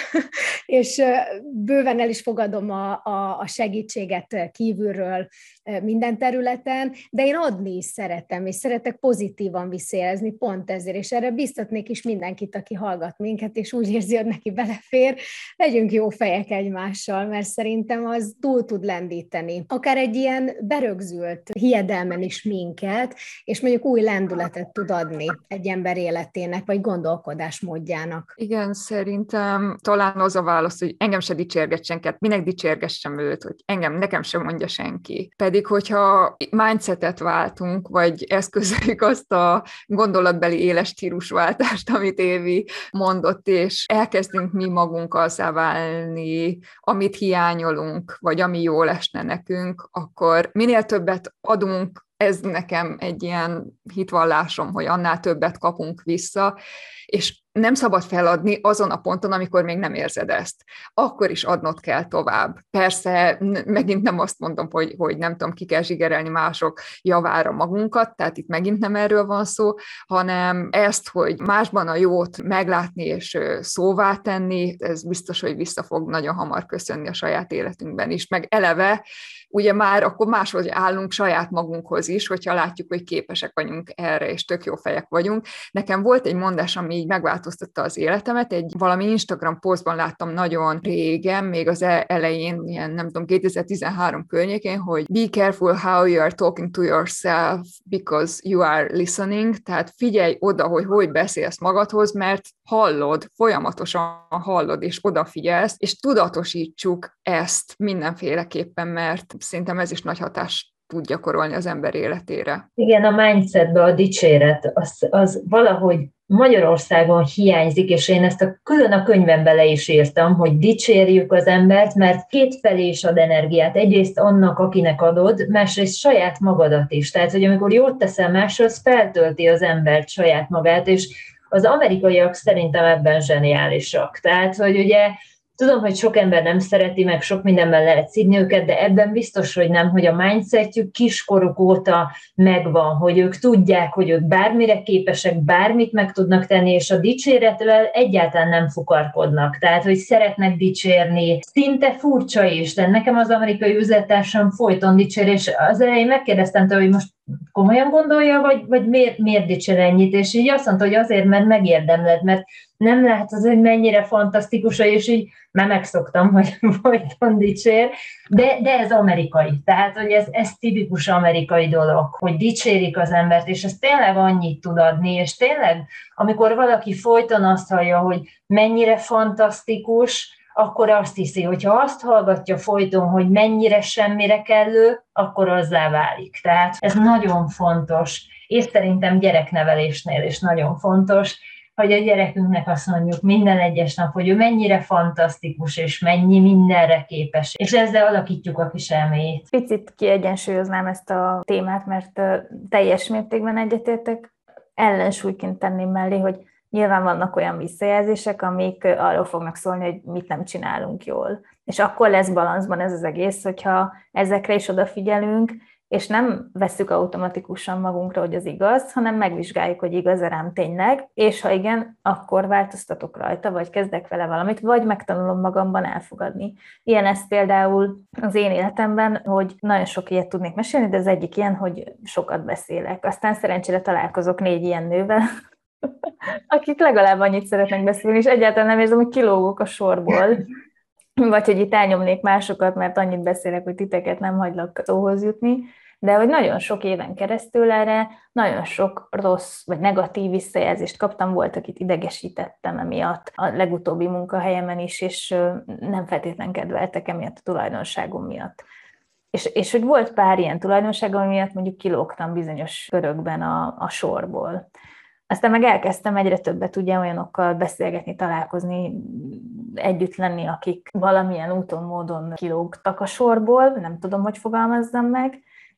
és bőven el is fogadom a, a, a segítséget kívülről minden területen, de én adni is szeretem, és szeretek pozitívan visszajelzni pont ezért, és erre biztatnék is mindenkit, aki hallgat minket, és úgy érzi, hogy neki belefér, legyünk jó fejek egymással, mert szerintem az túl tud lendíteni. Akár egy ilyen berögzült hiedelmen is minket, és mondjuk új lendületet tud adni egy ember életének, vagy gondolkodásmódjának. Igen, szerintem talán az a válasz, hogy engem se dicsérget senket, minek dicsérgessem őt, hogy engem, nekem sem mondja senki. Pedig, hogyha mindsetet váltunk, vagy eszközöljük azt a gondolatbeli éles stílusváltást, amit Évi mondott, és elkezdünk mi magunk azzá válni, amit hiányolunk, vagy ami jól esne nekünk, akkor minél többet adunk, ez nekem egy ilyen hitvallásom, hogy annál többet kapunk vissza, és nem szabad feladni azon a ponton, amikor még nem érzed ezt. Akkor is adnod kell tovább. Persze, megint nem azt mondom, hogy, hogy nem tudom, ki kell zsigerelni mások javára magunkat, tehát itt megint nem erről van szó, hanem ezt, hogy másban a jót meglátni és szóvá tenni, ez biztos, hogy vissza fog nagyon hamar köszönni a saját életünkben is, meg eleve, ugye már akkor máshogy állunk saját magunkhoz is, hogyha látjuk, hogy képesek vagyunk erre, és tök jó fejek vagyunk. Nekem volt egy mondás, ami így megváltoztatta az életemet, egy valami Instagram posztban láttam nagyon régen, még az elején, ilyen nem tudom, kétezer-tizenhárom környékén, hogy be careful how you are talking to yourself because you are listening, tehát figyelj oda, hogy hogy beszélsz magadhoz, mert hallod, folyamatosan hallod, és odafigyelsz, és tudatosítsuk ezt mindenféleképpen, mert szerintem ez is nagy hatást tud gyakorolni az ember életére. Igen, a mindsetbe a dicséret, az, az valahogy Magyarországon hiányzik, és én ezt a, külön a könyvembe le is írtam, hogy dicsérjük az embert, mert kétfelé is ad energiát. Egyrészt annak, akinek adod, másrészt saját magadat is. Tehát, hogy amikor jót teszel másra, az feltölti az embert, saját magát, és az amerikaiak szerintem ebben zseniálisak. Tehát, hogy ugye tudom, hogy sok ember nem szereti, meg sok mindenben lehet szidni őket, de ebben biztos, hogy nem, hogy a mindsetjük kiskoruk óta megvan, hogy ők tudják, hogy ők bármire képesek, bármit meg tudnak tenni, és a dicséretvel egyáltalán nem fukarkodnak. Tehát, hogy szeretnek dicsérni. Szinte furcsa is, de nekem az amerikai üzlettársam folyton dicsér, és az elején megkérdeztem tőle, hogy most komolyan gondolja, vagy, vagy miért, miért dicsér ennyit, és így azt mondta, hogy azért, mert megérdemled, mert nem látod, hogy mennyire fantasztikus, és így már megszoktam, hogy folyton dicsér, de, de ez amerikai, tehát hogy ez, ez tipikus amerikai dolog, hogy dicsérik az embert, és ez tényleg annyit tud adni, és tényleg, amikor valaki folyton azt hallja, hogy mennyire fantasztikus, akkor azt hiszi, hogyha azt hallgatja folyton, hogy mennyire semmire kellő, akkor azzá válik. Tehát ez nagyon fontos, és szerintem gyereknevelésnél is nagyon fontos, hogy a gyerekünknek azt mondjuk minden egyes nap, hogy ő mennyire fantasztikus, és mennyi mindenre képes, és ezzel alakítjuk a kis elméjét. Picit kiegyensúlyoznám ezt a témát, mert teljes mértékben egyetértek. Ellensúlyként tenném mellé, hogy nyilván vannak olyan visszajelzések, amik arról fognak szólni, hogy mit nem csinálunk jól. És akkor lesz balanszban ez az egész, hogyha ezekre is odafigyelünk, és nem vesszük automatikusan magunkra, hogy az igaz, hanem megvizsgáljuk, hogy igaz-e rám tényleg, és ha igen, akkor változtatok rajta, vagy kezdek vele valamit, vagy megtanulom magamban elfogadni. Ilyen ez például az én életemben, hogy nagyon sok ilyet tudnék mesélni, de az egyik ilyen, hogy sokat beszélek. Aztán szerencsére találkozok négy ilyen nővel, akik legalább annyit szeretnek beszélni, és egyáltalán nem érzem, hogy kilógok a sorból, vagy hogy itt elnyomnék másokat, mert annyit beszélek, hogy titeket nem hagylak szóhoz jutni, de hogy nagyon sok éven keresztül erre nagyon sok rossz vagy negatív visszajelzést kaptam, volt, akit idegesítettem emiatt a legutóbbi munkahelyemen is, és nem feltétlenül kedveltek emiatt a tulajdonságom miatt. És, és hogy volt pár ilyen tulajdonságom miatt mondjuk kilógtam bizonyos körökben a, a sorból. Aztán meg elkezdtem egyre többet ugye olyanokkal beszélgetni, találkozni, együtt lenni, akik valamilyen úton, módon kilógtak a sorból, nem tudom, hogy fogalmazzam meg,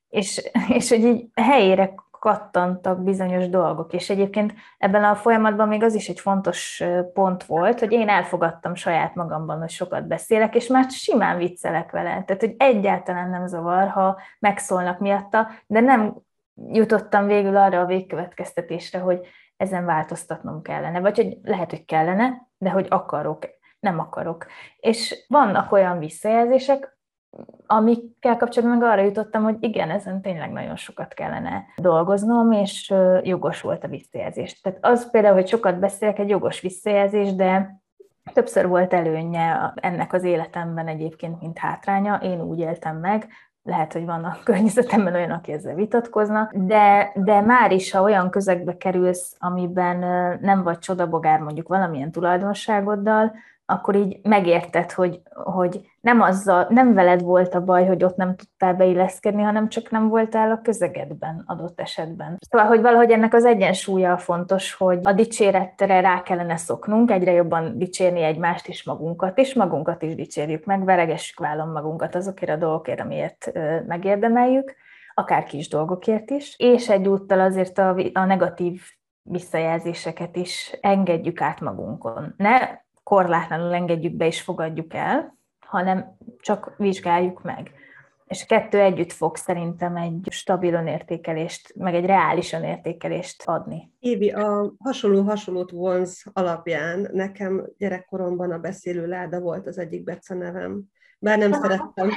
és, és hogy így helyére kattantak bizonyos dolgok, és egyébként ebben a folyamatban még az is egy fontos pont volt, hogy én elfogadtam saját magamban, hogy sokat beszélek, és már simán viccelek vele, tehát hogy egyáltalán nem zavar, ha megszólnak miatta, de nem jutottam végül arra a végkövetkeztetésre, hogy ezen változtatnom kellene, vagy hogy lehet, hogy kellene, de hogy akarok, nem akarok. És vannak olyan visszajelzések, amikkel kapcsolatban meg arra jutottam, hogy igen, ezen tényleg nagyon sokat kellene dolgoznom, és jogos volt a visszajelzés. Tehát az például, hogy sokat beszélek, egy jogos visszajelzés, de többször volt előnye ennek az életemben egyébként, mint hátránya, én úgy éltem meg, lehet, hogy van a környezetemben olyan, aki ezzel vitatkozna, de, de már is, ha olyan közegbe kerülsz, amiben nem vagy csodabogár mondjuk valamilyen tulajdonságoddal, akkor így megérted, hogy, hogy nem, azzal, nem veled volt a baj, hogy ott nem tudtál beilleszkedni, hanem csak nem voltál a közegedben adott esetben. Szóval, hogy valahogy ennek az egyensúlya fontos, hogy a dicséretre rá kellene szoknunk, egyre jobban dicsérni egymást és magunkat, és magunkat is dicsérjük meg, veregessük vállon magunkat azokért a dolgokért, amiért megérdemeljük, akár kis dolgokért is, és egyúttal azért a, a negatív visszajelzéseket is engedjük át magunkon. Ne korlátlanul engedjük be és fogadjuk el, hanem csak vizsgáljuk meg. És a kettő együtt fog szerintem egy stabil önértékelést, meg egy reális önértékelést adni. Évi, a hasonló-hasonlót vonz alapján nekem gyerekkoromban a beszélő láda volt az egyik becenevem. Bár nem szerettem.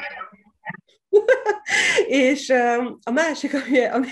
És a másik, ami, ami,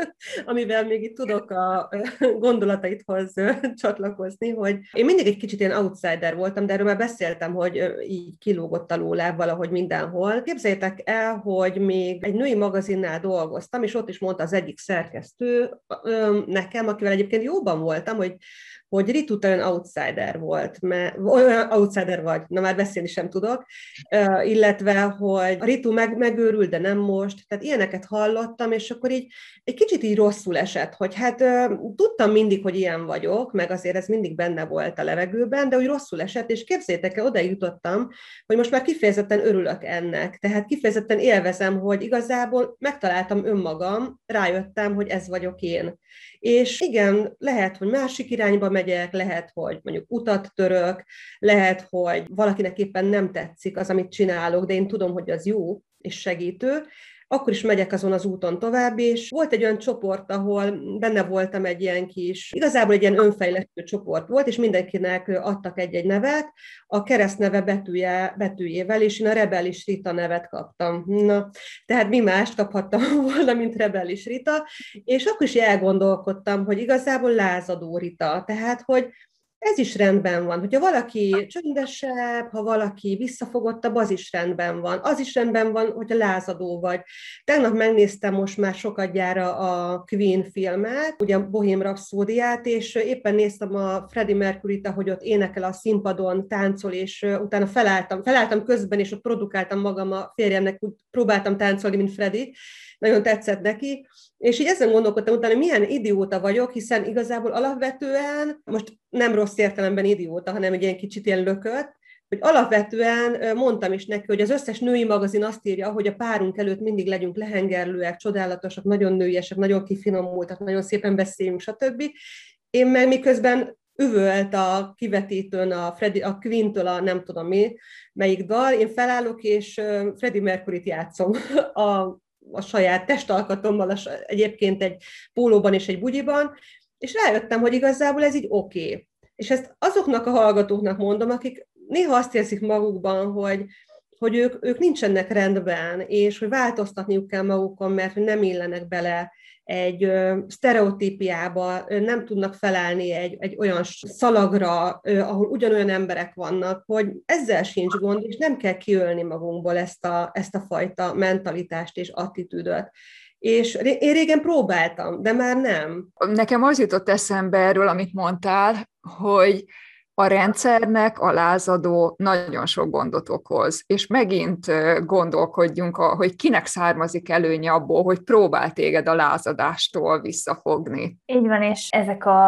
amivel még itt tudok a gondolataidhoz csatlakozni, hogy én mindig egy kicsit ilyen outsider voltam, de erről már beszéltem, hogy így kilógott alóláb valahogy mindenhol. Képzeljétek el, hogy még egy női magazinnál dolgoztam, és ott is mondta az egyik szerkesztő nekem, akivel egyébként jóban voltam, hogy hogy Ritu, te olyan outsider volt, mert olyan outsider vagy, na már beszélni sem tudok, uh, illetve, hogy a Ritu meg, megőrül, de nem most, tehát ilyeneket hallottam, és akkor így egy kicsit így rosszul esett, hogy hát uh, tudtam mindig, hogy ilyen vagyok, meg azért ez mindig benne volt a levegőben, de úgy rosszul esett, és képzeljétek el, oda jutottam, hogy most már kifejezetten örülök ennek, tehát kifejezetten élvezem, hogy igazából megtaláltam önmagam, rájöttem, hogy ez vagyok én. És igen, lehet, hogy másik irányba megyek, lehet, hogy mondjuk utat török, lehet, hogy valakinek éppen nem tetszik az, amit csinálok, de én tudom, hogy az jó és segítő, akkor is megyek azon az úton tovább, és volt egy olyan csoport, ahol benne voltam egy ilyen kis, igazából egy ilyen önfejlesztő csoport volt, és mindenkinek adtak egy-egy nevet, a keresztneve betűje, betűjével, és én a Rebellis Rita nevet kaptam. Na, tehát mi mást kaphattam volna, mint Rebellis Rita, és akkor is elgondolkodtam, hogy igazából lázadó Rita, tehát, hogy ez is rendben van. Hogyha valaki csöndesebb, ha valaki visszafogottabb, az is rendben van. Az is rendben van, hogyha lázadó vagy. Tegnap megnéztem most már sokadjára a Queen filmet, ugye a Bohém Rhapsódiát, és éppen néztem a Freddie Mercuryt, ahogy ott énekel a színpadon, táncol, és utána felálltam, felálltam közben, és ott produkáltam magam a férjemnek, úgy próbáltam táncolni, mint Freddie. Nagyon tetszett neki, és így ezen gondolkodtam utána, hogy milyen idióta vagyok, hiszen igazából alapvetően, most nem rossz értelemben idióta, hanem egy ilyen kicsit ilyen lökött, hogy alapvetően mondtam is neki, hogy az összes női magazin azt írja, hogy a párunk előtt mindig legyünk lehengerlőek, csodálatosak, nagyon nőiesek, nagyon kifinomultak, nagyon szépen beszéljünk, stb. Én meg miközben üvölt a kivetítőn a, Freddie, a Queen-től a nem tudom mi, melyik dal, én felállok, és Freddie Mercuryt játszom a a saját testalkatommal, egyébként egy pólóban és egy bugyiban, és rájöttem, hogy igazából ez így oké. Okay. És ezt azoknak a hallgatóknak mondom, akik néha azt érzik magukban, hogy, hogy ők, ők nincsenek rendben, és hogy változtatniuk kell magukon, mert hogy nem illenek bele egy ö, sztereotípiába, ö, nem tudnak felállni egy, egy olyan szalagra, ö, ahol ugyanolyan emberek vannak, hogy ezzel sincs gond, és nem kell kiölni magunkból ezt a, ezt a fajta mentalitást és attitűdöt. És én régen próbáltam, de már nem. Nekem az jutott eszembe erről, amit mondtál, hogy a rendszernek a lázadó nagyon sok gondot okoz, és megint gondolkodjunk, hogy kinek származik előnye abból, hogy próbál téged a lázadástól visszafogni. Így van, és ezek a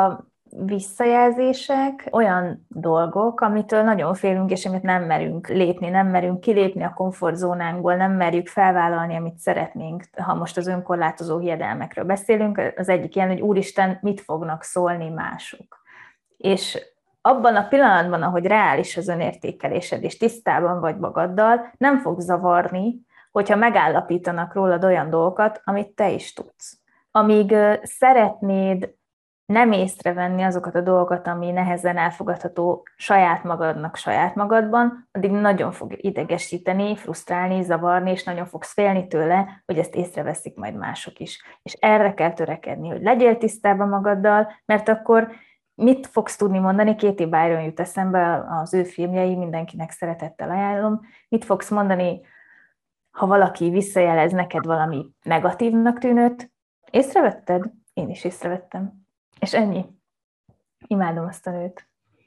visszajelzések olyan dolgok, amitől nagyon félünk, és amit nem merünk lépni, nem merünk kilépni a komfortzónánkból, nem merjük felvállalni, amit szeretnénk. Ha most az önkorlátozó hiedelmekről beszélünk, az egyik ilyen, hogy úristen, mit fognak szólni mások. És abban a pillanatban, ahogy reális az önértékelésed, és tisztában vagy magaddal, nem fog zavarni, hogyha megállapítanak rólad olyan dolgokat, amit te is tudsz. Amíg szeretnéd nem észrevenni azokat a dolgokat, ami nehezen elfogadható saját magadnak, saját magadban, addig nagyon fog idegesíteni, frusztrálni, zavarni, és nagyon fogsz félni tőle, hogy ezt észreveszik majd mások is. És erre kell törekedni, hogy legyél tisztában magaddal, mert akkor mit fogsz tudni mondani? Katie Byron jut eszembe, az ő filmjei, mindenkinek szeretettel ajánlom. Mit fogsz mondani, ha valaki visszajelez neked valami negatívnak tűnőt? Észrevetted? Én is észrevettem. És ennyi. Imádom azt a nőt.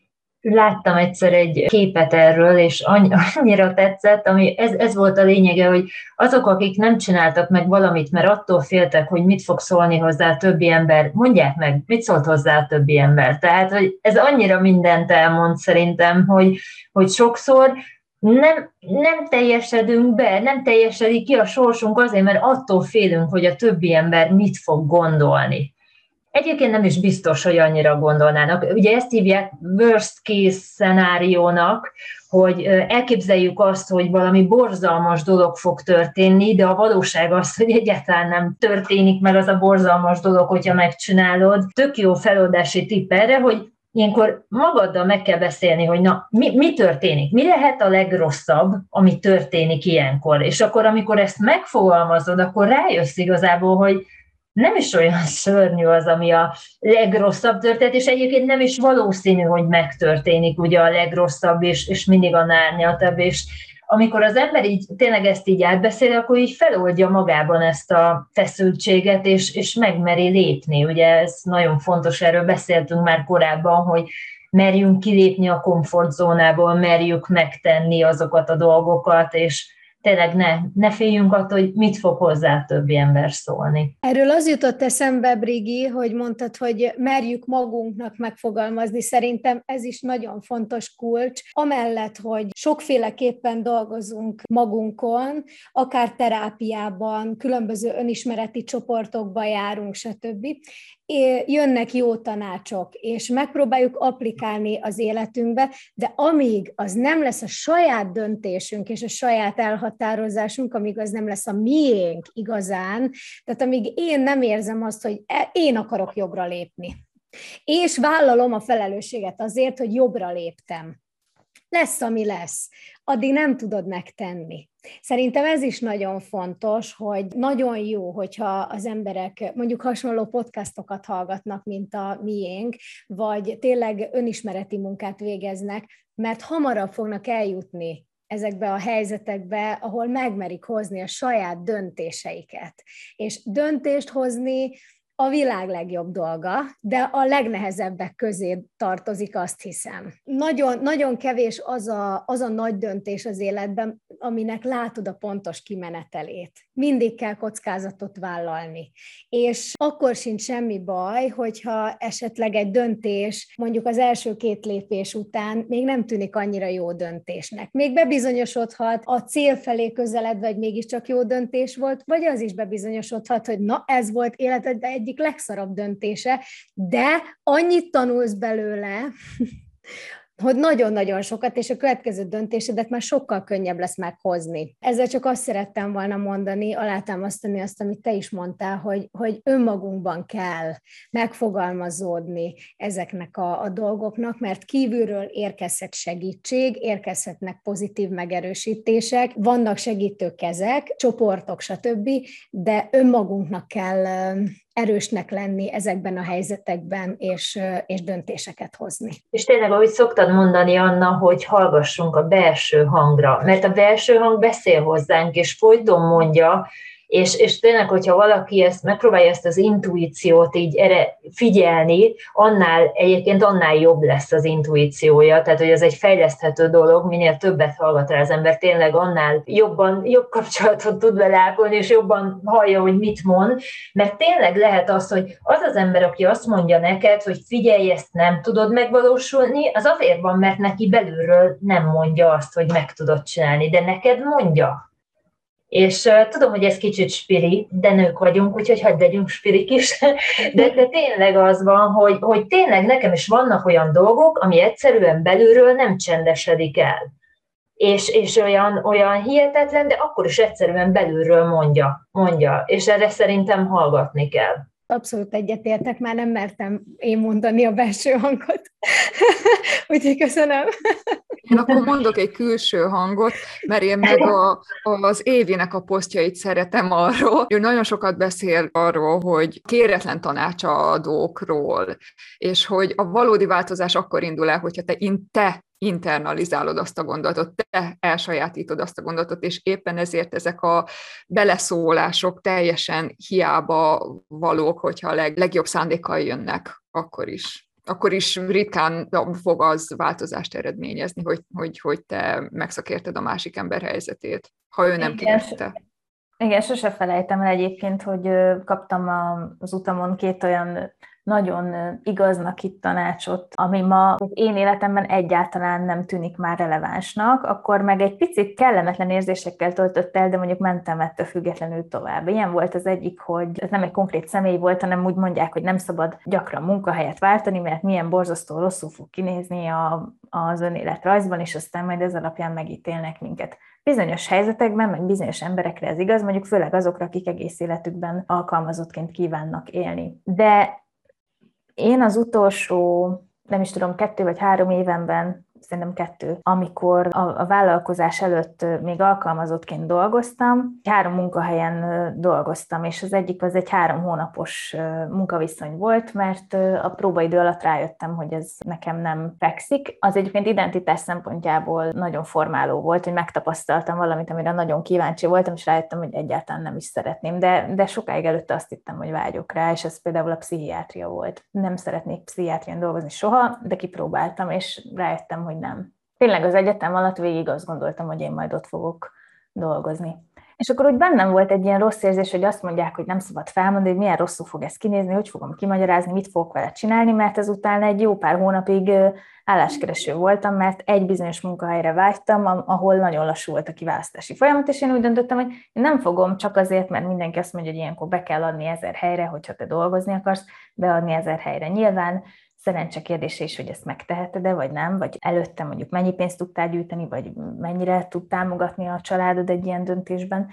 Láttam egyszer egy képet erről, és annyira tetszett, ami ez, ez volt a lényege, hogy azok, akik nem csináltak meg valamit, mert attól féltek, hogy mit fog szólni hozzá a többi ember, mondják meg, mit szólt hozzá a többi ember. Tehát, hogy ez annyira mindent elmond szerintem, hogy, hogy sokszor nem, nem teljesedünk be, nem teljesedik ki a sorsunk azért, mert attól félünk, hogy a többi ember mit fog gondolni. Egyébként nem is biztos, hogy annyira gondolnának. Ugye ezt hívják worst case szenáriónak, hogy elképzeljük azt, hogy valami borzalmas dolog fog történni, de a valóság az, hogy egyáltalán nem történik meg az a borzalmas dolog, hogyha megcsinálod. Tök jó feloldási tipp erre, hogy ilyenkor magaddal meg kell beszélni, hogy na, mi, mi történik, mi lehet a legrosszabb, ami történik ilyenkor. És akkor, amikor ezt megfogalmazod, akkor rájössz igazából, hogy nem is olyan szörnyű az, ami a legrosszabb történt, és egyébként nem is valószínű, hogy megtörténik ugye a legrosszabb, és, és mindig a nárnyaltabb, és amikor az ember így tényleg ezt így átbeszél, akkor így feloldja magában ezt a feszültséget, és, és megmeri lépni. Ugye ez nagyon fontos, erről beszéltünk már korábban, hogy merjünk kilépni a komfortzónából, merjük megtenni azokat a dolgokat, és tényleg ne, ne féljünk attól, hogy mit fog hozzá többi ember szólni. Erről az jutott eszembe, Brigi, hogy mondtad, hogy merjük magunknak megfogalmazni. Szerintem ez is nagyon fontos kulcs. Amellett, hogy sokféleképpen dolgozunk magunkon, akár terápiában, különböző önismereti csoportokba járunk, stb. Jönnek jó tanácsok, és megpróbáljuk applikálni az életünkbe, de amíg az nem lesz a saját döntésünk és a saját elhatározásunk, amíg az nem lesz a miénk igazán, tehát amíg én nem érzem azt, hogy én akarok jobbra lépni, és vállalom a felelősséget azért, hogy jobbra léptem. Lesz, ami lesz. Addig nem tudod megtenni. Szerintem ez is nagyon fontos, hogy nagyon jó, hogyha az emberek mondjuk hasonló podcastokat hallgatnak, mint a miénk, vagy tényleg önismereti munkát végeznek, mert hamarabb fognak eljutni ezekbe a helyzetekbe, ahol megmerik hozni a saját döntéseiket. És döntést hozni a világ legjobb dolga, de a legnehezebbek közé tartozik, azt hiszem. Nagyon, nagyon kevés az a, az a nagy döntés az életben, aminek látod a pontos kimenetelét. Mindig kell kockázatot vállalni. És akkor sincs semmi baj, hogyha esetleg egy döntés, mondjuk az első két lépés után még nem tűnik annyira jó döntésnek. Még bebizonyosodhat, a cél felé közeledve, vagy mégiscsak jó döntés volt, vagy az is bebizonyosodhat, hogy na, ez volt életed egyik legszarabb döntése, de annyit tanulsz belőle, hogy nagyon-nagyon sokat, és a következő döntésedet már sokkal könnyebb lesz meghozni. Ezzel csak azt szerettem volna mondani, alátámasztani azt, amit te is mondtál, hogy, hogy önmagunkban kell megfogalmazódni ezeknek a, a dolgoknak, mert kívülről érkezhet segítség, érkezhetnek pozitív megerősítések, vannak segítő kezek, csoportok, stb., de önmagunknak kell erősnek lenni ezekben a helyzetekben, és, és döntéseket hozni. És tényleg, ahogy szoktad mondani, Anna, hogy hallgassunk a belső hangra, mert a belső hang beszél hozzánk, és folyton mondja, És, és tényleg, hogyha valaki ezt megpróbálja ezt az intuíciót így erre figyelni, annál egyébként annál jobb lesz az intuíciója, tehát hogy ez egy fejleszthető dolog, minél többet hallgat rá az ember, tényleg annál jobban, jobb kapcsolatot tud vele ápolni, és jobban hallja, hogy mit mond, mert tényleg lehet az, hogy az az ember, aki azt mondja neked, hogy figyelj, ezt nem tudod megvalósulni, az azért van, mert neki belülről nem mondja azt, hogy meg tudod csinálni, de neked mondja. És uh, tudom, hogy ez kicsit spiri, de nők vagyunk, úgyhogy hagyd legyünk spirik is, de, de tényleg az van, hogy, hogy tényleg nekem is vannak olyan dolgok, ami egyszerűen belülről nem csendesedik el. És, és olyan, olyan hihetetlen, de akkor is egyszerűen belülről mondja, mondja, és erre szerintem hallgatni kell. Abszolút egyetértek, már nem mertem én mondani a belső hangot. Úgyhogy köszönöm. Én akkor mondok egy külső hangot, mert én meg a, az Évinek a posztjait szeretem arról. Ő nagyon sokat beszél arról, hogy kéretlen tanácsadókról, és hogy a valódi változás akkor indul el, hogyha te, in, te internalizálod azt a gondolatot, te elsajátítod azt a gondolatot, és éppen ezért ezek a beleszólások teljesen hiába valók, hogyha a leg, legjobb szándékkal jönnek, akkor is. Akkor is ritkán fog az változást eredményezni, hogy, hogy, hogy te megszakérted a másik ember helyzetét, ha ő nem kérte. Igen, sose felejtem el egyébként, hogy kaptam az utamon két olyan nagyon igaznak itt tanácsot, ami ma az én életemben egyáltalán nem tűnik már relevánsnak, akkor meg egy picit kellemetlen érzésekkel töltött el, de mondjuk mentem ettől függetlenül tovább. Ilyen volt az egyik, hogy ez nem egy konkrét személy volt, hanem úgy mondják, hogy nem szabad gyakran munkahelyet váltani, mert milyen borzasztó rosszul fog kinézni a, az önéletrajzban, és aztán majd ez alapján megítélnek minket. Bizonyos helyzetekben, meg bizonyos emberekre ez igaz, mondjuk főleg azokra, akik egész életükben alkalmazottként kívánnak élni. De én az utolsó, nem is tudom, kettő vagy három évenben, szerintem kettő, amikor a, a vállalkozás előtt még alkalmazottként dolgoztam, három munkahelyen dolgoztam, és az egyik az egy három hónapos munkaviszony volt, mert a próbaidő alatt rájöttem, hogy ez nekem nem fekszik. Az egyébként identitás szempontjából nagyon formáló volt, hogy megtapasztaltam valamit, amire nagyon kíváncsi voltam, és rájöttem, hogy egyáltalán nem is szeretném, de, de sokáig előtte azt hittem, hogy vágyok rá, és ez például a pszichiátria volt. Nem szeretnék pszichiátrián dolgozni soha, de kipróbáltam, és rájöttem, hogy nem. Tényleg az egyetem alatt végig azt gondoltam, hogy én majd ott fogok dolgozni. És akkor úgy bennem volt egy ilyen rossz érzés, hogy azt mondják, hogy nem szabad felmondani, hogy milyen rosszul fog ez kinézni, hogy fogom kimagyarázni, mit fogok vele csinálni, mert ezután egy jó pár hónapig álláskereső voltam, mert egy bizonyos munkahelyre vágytam, ahol nagyon lassú volt a kiválasztási folyamat, és én úgy döntöttem, hogy én nem fogom csak azért, mert mindenki azt mondja, hogy ilyenkor be kell adni ezer helyre, hogyha te dolgozni akarsz, beadni ezer helyre. Nyilván szerencse kérdése is, hogy ezt megteheted-e, vagy nem, vagy előtte mondjuk mennyi pénzt tudtál gyűjteni, vagy mennyire tud támogatni a családod egy ilyen döntésben.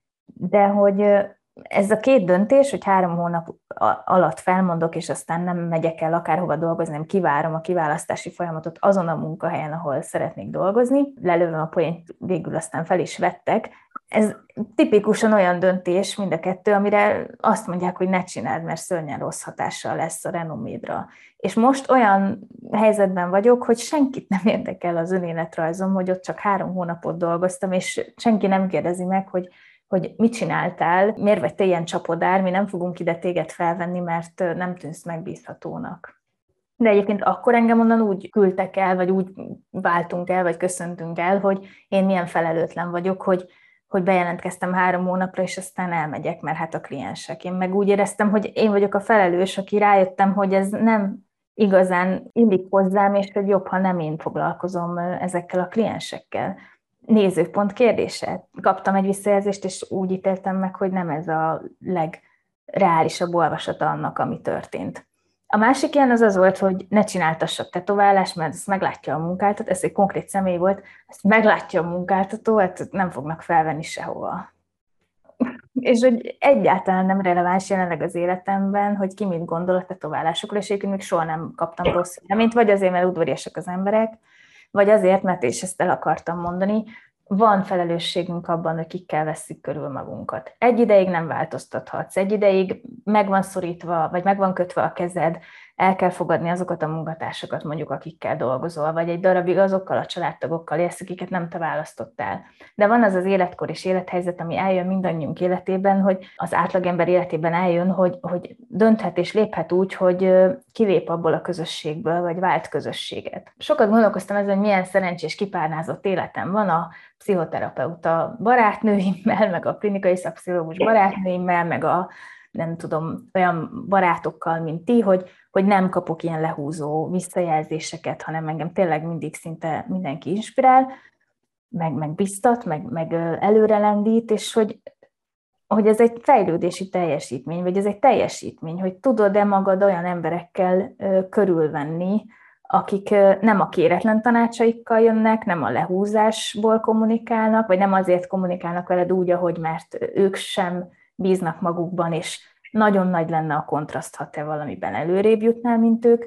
De hogy ez a két döntés, hogy három hónap alatt felmondok, és aztán nem megyek el akárhova dolgozni, nem kivárom a kiválasztási folyamatot azon a munkahelyen, ahol szeretnék dolgozni, lelövöm a poént, végül aztán fel is vettek. Ez tipikusan olyan döntés mind a kettő, amire azt mondják, hogy ne csináld, mert szörnyen rossz hatással lesz a renomédra. És most olyan helyzetben vagyok, hogy senkit nem érdekel az önéletrajzom, hogy ott csak három hónapot dolgoztam, és senki nem kérdezi meg, hogy hogy mit csináltál, miért vagy te ilyen csapodár, mi nem fogunk ide téged felvenni, mert nem tűnsz megbízhatónak. De egyébként akkor engem onnan úgy küldtek el, vagy úgy váltunk el, vagy köszöntünk el, hogy én milyen felelőtlen vagyok, hogy, hogy bejelentkeztem három hónapra, és aztán elmegyek, mert hát a kliensek. Én meg úgy éreztem, hogy én vagyok a felelős, aki rájöttem, hogy ez nem igazán illik hozzám, és hogy jobb, ha nem én foglalkozom ezekkel a kliensekkel. Nézőpont kérdése. Kaptam egy visszajelzést, és úgy ítéltem meg, hogy nem ez a legreálisabb olvasata annak, ami történt. A másik ilyen az az volt, hogy ne csináltassak tetoválást, mert ezt meglátja a munkáltató, ez egy konkrét személy volt, ezt meglátja a munkáltató, hát nem fognak felvenni sehova. És hogy egyáltalán nem releváns jelenleg az életemben, hogy ki mit gondol a tetoválásokról, és egyébként még soha nem kaptam rossz véleményt, vagy azért, mert udvariasak az emberek, vagy azért, mert és ezt el akartam mondani, van felelősségünk abban, hogy kikkel vesszük körül magunkat. Egy ideig nem változtathatsz, egy ideig meg van szorítva, vagy meg van kötve a kezed, el kell fogadni azokat a munkatársakat, mondjuk, akikkel dolgozol, vagy egy darabig azokkal a családtagokkal élsz, akiket nem te választottál. De van az az életkor és élethelyzet, ami eljön mindannyiunk életében, hogy az átlagember életében eljön, hogy, hogy dönthet és léphet úgy, hogy kilép abból a közösségből, vagy vált közösséget. Sokat gondolkoztam ezen, hogy milyen szerencsés kipárnázott életem van a pszichoterapeuta barátnőimmel, meg a klinikai szakpszichológus barátnőimmel, meg a nem tudom, olyan barátokkal, mint ti, hogy, hogy nem kapok ilyen lehúzó visszajelzéseket, hanem engem tényleg mindig szinte mindenki inspirál, meg, meg biztat, meg, meg előrelendít, és hogy, hogy ez egy fejlődési teljesítmény, vagy ez egy teljesítmény, hogy tudod-e magad olyan emberekkel körülvenni, akik nem a kéretlen tanácsaikkal jönnek, nem a lehúzásból kommunikálnak, vagy nem azért kommunikálnak veled úgy, ahogy mert ők sem bíznak magukban, és nagyon nagy lenne a kontraszt, ha te valamiben előrébb jutnál, mint ők,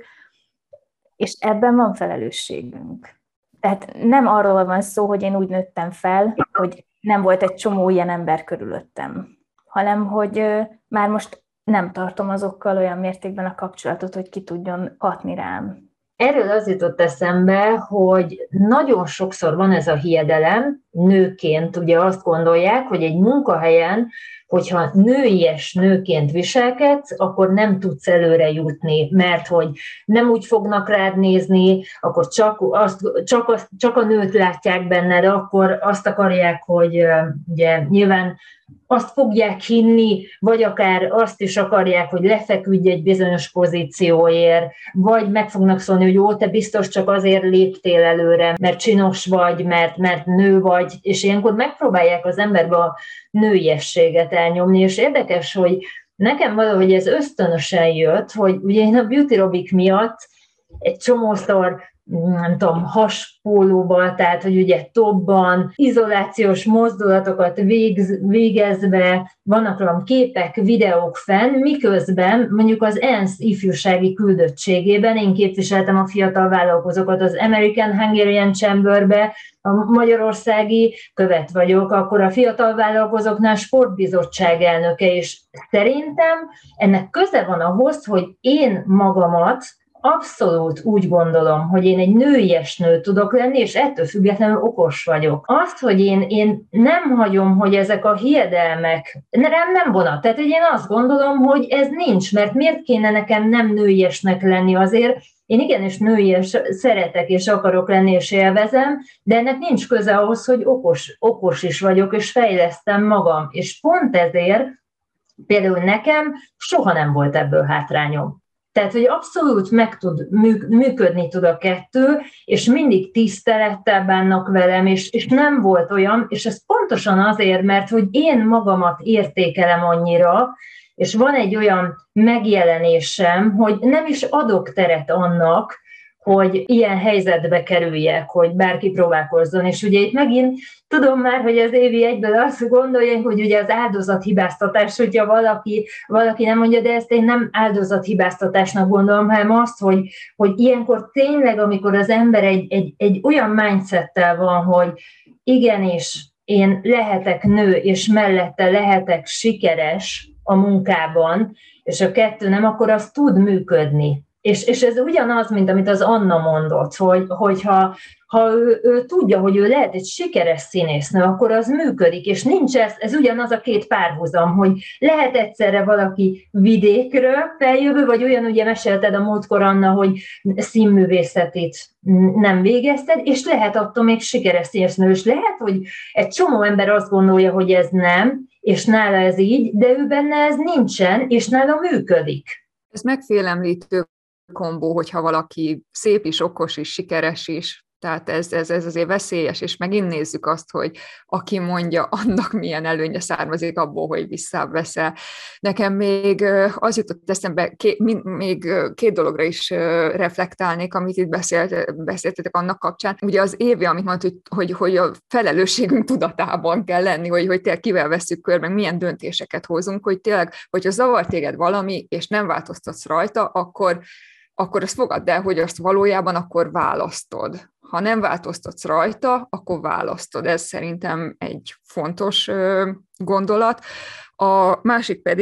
és ebben van felelősségünk. Tehát nem arról van szó, hogy én úgy nőttem fel, hogy nem volt egy csomó ilyen ember körülöttem, hanem hogy már most nem tartom azokkal olyan mértékben a kapcsolatot, hogy ki tudjon hatni rám. Erről az jutott eszembe, hogy nagyon sokszor van ez a hiedelem, nőként ugye azt gondolják, hogy egy munkahelyen, hogyha nőies nőként viselkedsz, akkor nem tudsz előre jutni, mert hogy nem úgy fognak rád nézni, akkor csak, azt, csak, azt, csak a nőt látják benned, akkor azt akarják, hogy ugye nyilván azt fogják hinni, vagy akár azt is akarják, hogy lefeküdj egy bizonyos pozícióért, vagy meg fognak szólni, hogy jó, te biztos csak azért léptél előre, mert csinos vagy, mert, mert nő vagy, és ilyenkor megpróbálják az emberbe a nőiességet elnyomni, és érdekes, hogy nekem valahogy ez ösztönösen jött, hogy ugye én a Beauty Robic miatt egy csomószor nem tudom, haspólóval, tehát, hogy ugye tobban, izolációs mozdulatokat végz, végezve, vannak rólam képek, videók fenn, miközben mondjuk az ENSZ ifjúsági küldöttségében én képviseltem a fiatal vállalkozókat az American Hungarian Chamberbe, a magyarországi követ vagyok, akkor a fiatal vállalkozóknál sportbizottság elnöke, és szerintem ennek köze van ahhoz, hogy én magamat abszolút úgy gondolom, hogy én egy nőies nő tudok lenni, és ettől függetlenül okos vagyok. Azt, hogy én, én nem hagyom, hogy ezek a hiedelmek rám nem vonat. Tehát, hogy én azt gondolom, hogy ez nincs, mert miért kéne nekem nem nőiesnek lenni azért, én igenis nőies szeretek és akarok lenni és élvezem, de ennek nincs köze ahhoz, hogy okos, okos is vagyok, és fejlesztem magam. És pont ezért például nekem soha nem volt ebből hátrányom. Tehát, hogy abszolút meg tud, működni tud a kettő, és mindig tisztelettel bánnak velem, és, és nem volt olyan, és ez pontosan azért, mert hogy én magamat értékelem annyira, és van egy olyan megjelenésem, hogy nem is adok teret annak, hogy ilyen helyzetbe kerüljek, hogy bárki próbálkozzon. És ugye itt megint tudom már, hogy az évi egyből azt gondolják, hogy ugye az áldozathibáztatás, hogyha valaki, valaki nem mondja, de ezt én nem áldozathibáztatásnak gondolom, hanem azt, hogy, hogy ilyenkor tényleg, amikor az ember egy, egy, egy olyan mindsettel van, hogy igenis, én lehetek nő, és mellette lehetek sikeres a munkában, és a kettő nem, akkor az tud működni. És, és ez ugyanaz, mint amit az Anna mondott, hogy, hogyha ha ő, ő tudja, hogy ő lehet egy sikeres színésznő, akkor az működik, és nincs ez, ez ugyanaz a két párhuzam, hogy lehet egyszerre valaki vidékről feljövő, vagy olyan, ugye mesélted a múltkor, Anna, hogy színművészetét nem végezted, és lehet attól még sikeres színésznő, és lehet, hogy egy csomó ember azt gondolja, hogy ez nem, és nála ez így, de ő benne ez nincsen, és nála működik. Ez megfélemlítő kombó, hogyha valaki szép is, okos is, sikeres is, tehát ez, ez, ez azért veszélyes, és megint nézzük azt, hogy aki mondja, annak milyen előnye származik abból, hogy visszaveszel. Nekem még az jutott eszembe, két, még két dologra is reflektálnék, amit itt beszélt, beszéltetek annak kapcsán. Ugye az Évi, amit mondta, hogy, hogy, hogy a felelősségünk tudatában kell lenni, hogy, hogy tényleg kivel vesszük körbe, milyen döntéseket hozunk, hogy tényleg, hogyha zavar téged valami, és nem változtatsz rajta, akkor akkor azt fogadd el, hogy azt valójában akkor választod. Ha nem változtatsz rajta, akkor választod. Ez szerintem egy fontos gondolat. A másik pedig,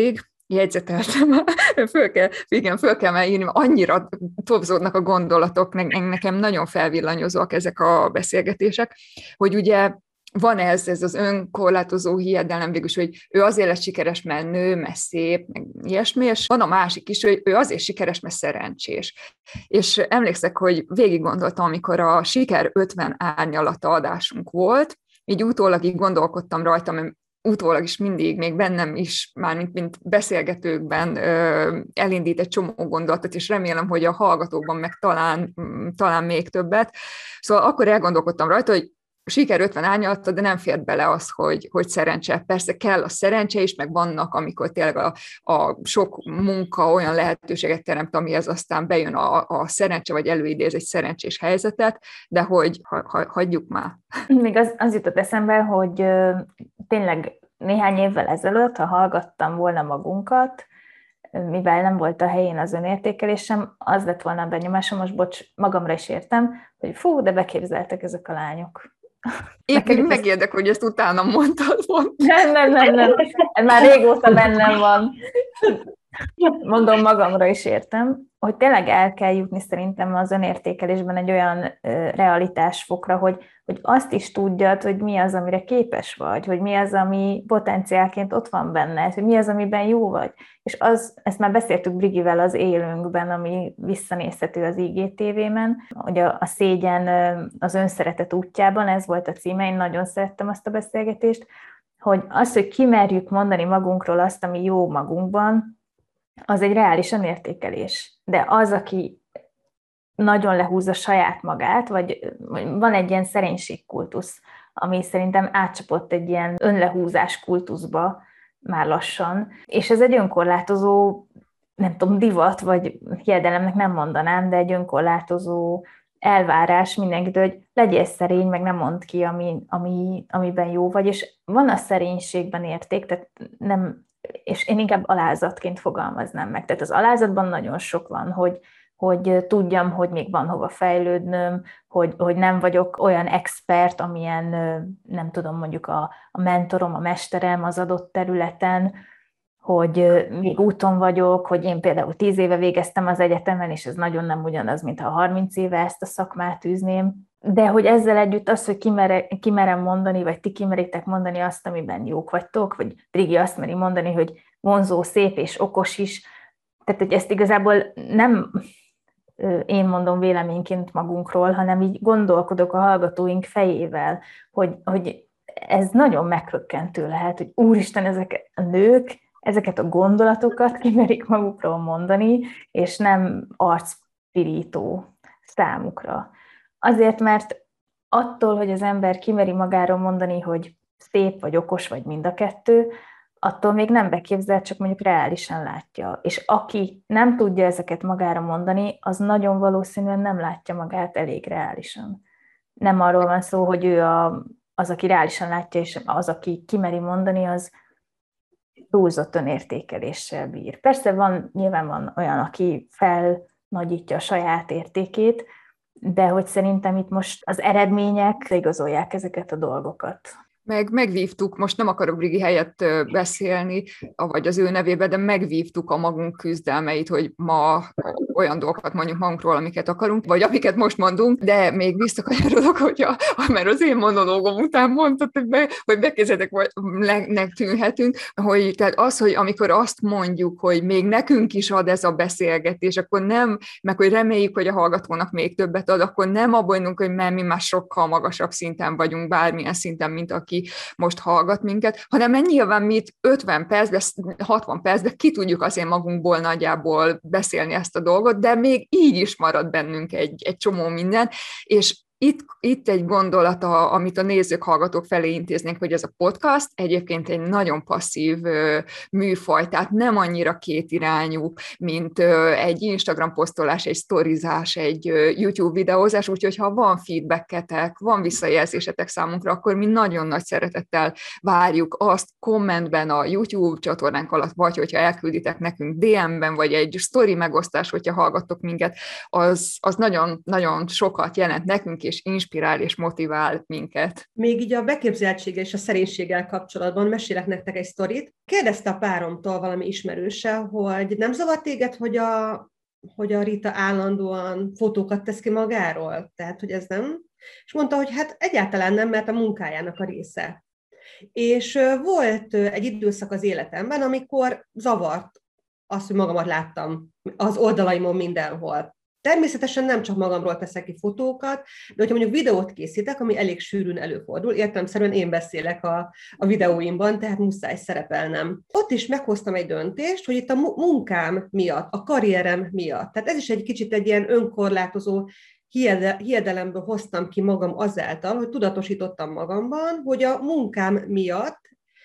jegyzeteltem, föl kell, igen, föl kell már írni, annyira tobzódnak a gondolatok, nekem nagyon felvillanyozóak ezek a beszélgetések, hogy ugye van ez, ez az önkorlátozó hiedelem végül, hogy ő azért lesz sikeres, mert nő, mert szép, meg ilyesmi, és van a másik is, hogy ő azért sikeres, mert szerencsés. És emlékszek, hogy végig gondoltam, amikor a Siker ötven árnyalata adásunk volt, így utólag így gondolkodtam rajta, mert utólag is mindig, még bennem is, már mint, mint beszélgetőkben ö, elindít egy csomó gondolatot, és remélem, hogy a hallgatókban meg talán, talán még többet. Szóval akkor elgondolkodtam rajta, hogy Siker ötven árnyalata, de nem fér bele az, hogy, hogy szerencse. Persze kell a szerencse is, meg vannak, amikor tényleg a, a sok munka olyan lehetőséget teremt, amihez aztán bejön a, a szerencse, vagy előidéz egy szerencsés helyzetet, de hogy ha, ha, hagyjuk már. Még az, az jutott eszembe, hogy ö, tényleg néhány évvel ezelőtt, ha hallgattam volna magunkat, mivel nem volt a helyén az önértékelésem, az lett volna a benyomásom, most bocs, magamra is értem, hogy fú, de beképzeltek ezek a lányok. Épp így megérdek, hogy ezt utána mondtad volna. Nem, nem, nem, nem. Ez már régóta bennem van. Mondom, magamra is értem, hogy tényleg el kell jutni szerintem az önértékelésben egy olyan realitásfokra, hogy, hogy azt is tudjad, hogy mi az, amire képes vagy, hogy mi az, ami potenciálként ott van benned, hogy mi az, amiben jó vagy. És az, ezt már beszéltük Brigivel az Élőnkben, ami visszanézhető az I G T V-men, hogy a, a szégyen az önszeretet útjában, ez volt a címe, én nagyon szerettem azt a beszélgetést, hogy az, hogy kimerjük mondani magunkról azt, ami jó magunkban, az egy reális önértékelés. De az, aki nagyon lehúzza saját magát, vagy van egy ilyen szerénységkultusz, ami szerintem átcsapott egy ilyen önlehúzás kultuszba már lassan, és ez egy önkorlátozó, nem tudom, divat, vagy hiedelemnek nem mondanám, de egy önkorlátozó elvárás mindenkitől, hogy legyél szerény, meg nem mondd ki, ami, ami, amiben jó vagy, és van a szerénységben érték, tehát nem, és én inkább alázatként fogalmaznám meg. Tehát az alázatban nagyon sok van, hogy, hogy tudjam, hogy még van hova fejlődnöm, hogy, hogy nem vagyok olyan expert, amilyen, nem tudom, mondjuk a, a mentorom, a mesterem az adott területen, hogy még úton vagyok, hogy én például tíz éve végeztem az egyetemen, és ez nagyon nem ugyanaz, mint ha harminc éve ezt a szakmát űzném, de hogy ezzel együtt az, hogy kimere, kimerem mondani, vagy ti kimeritek mondani azt, amiben jók vagytok, vagy Brigi azt meri mondani, hogy vonzó, szép és okos is, tehát hogy ezt igazából nem én mondom véleményként magunkról, hanem így gondolkodok a hallgatóink fejével, hogy, hogy ez nagyon meghökkentő lehet, hogy úristen, ezek a nők, ezeket a gondolatokat kimerik magukról mondani, és nem arcpirító számukra. Azért, mert attól, hogy az ember kimeri magáról mondani, hogy szép vagy okos vagy mind a kettő, attól még nem beképzel, csak mondjuk reálisan látja. És aki nem tudja ezeket magára mondani, az nagyon valószínűen nem látja magát elég reálisan. Nem arról van szó, hogy ő a, az, aki reálisan látja, és az, aki kimeri mondani, az túlzott önértékeléssel bír. Persze van, nyilván van olyan, aki felnagyítja a saját értékét, de hogy szerintem itt most az eredmények igazolják ezeket a dolgokat. Meg megvívtuk, most nem akarok Brigi helyett beszélni, vagy az ő nevében, de megvívtuk a magunk küzdelmeit, hogy ma olyan dolgokat mondjuk magunkról, amiket akarunk, vagy amiket most mondunk, de még visszakanyarodok, hogyha, mert az én monológom után mondtad, be, hogy bekezdhetek, vagy nek tűnhetünk, hogy tehát az, hogy amikor azt mondjuk, hogy még nekünk is ad ez a beszélgetés, akkor nem, meg hogy reméljük, hogy a hallgatónak még többet ad, akkor nem abbajdunk, hogy mert mi már sokkal magasabb szinten vagyunk, bármilyen szinten, mint aki most hallgat minket, hanem nyilván mi itt ötven percben, hatvan percben ki tudjuk azért magunkból nagyjából beszélni ezt a dolgot, de még így is marad bennünk egy, egy csomó minden, és Itt, itt egy gondolata, amit a nézők, hallgatók felé intéznénk, hogy ez a podcast egyébként egy nagyon passzív ö, műfaj, tehát nem annyira kétirányú, mint ö, egy Instagram posztolás, egy sztorizás, egy ö, YouTube videózás, úgyhogy ha van feedbacketek, van visszajelzésetek számunkra, akkor mi nagyon nagy szeretettel várjuk azt kommentben a YouTube csatornánk alatt, vagy hogyha elkülditek nekünk dé em-ben, vagy egy sztori megosztás, hogyha hallgattok minket, az, az nagyon, nagyon sokat jelent nekünk, és inspirál és motivál minket. Még így a beképzeltséggel és a szerénységgel kapcsolatban mesélek nektek egy sztorit. Kérdezte a páromtól valami ismerőse, hogy nem zavar téged, hogy a, hogy a Rita állandóan fotókat tesz ki magáról? Tehát, hogy ez nem? És mondta, hogy hát egyáltalán nem, mert a munkájának a része. És volt egy időszak az életemben, amikor zavart azt, hogy magamat láttam az oldalaimon mindenhol. Természetesen nem csak magamról teszek ki fotókat, de hogyha mondjuk videót készítek, ami elég sűrűn előfordul, értelemszerűen én beszélek a, a videóimban, tehát muszáj szerepelnem. Ott is meghoztam egy döntést, hogy itt a munkám miatt, a karrierem miatt, tehát ez is egy kicsit egy ilyen önkorlátozó hiedelemből hoztam ki magam azáltal, hogy tudatosítottam magamban, hogy a munkám miatt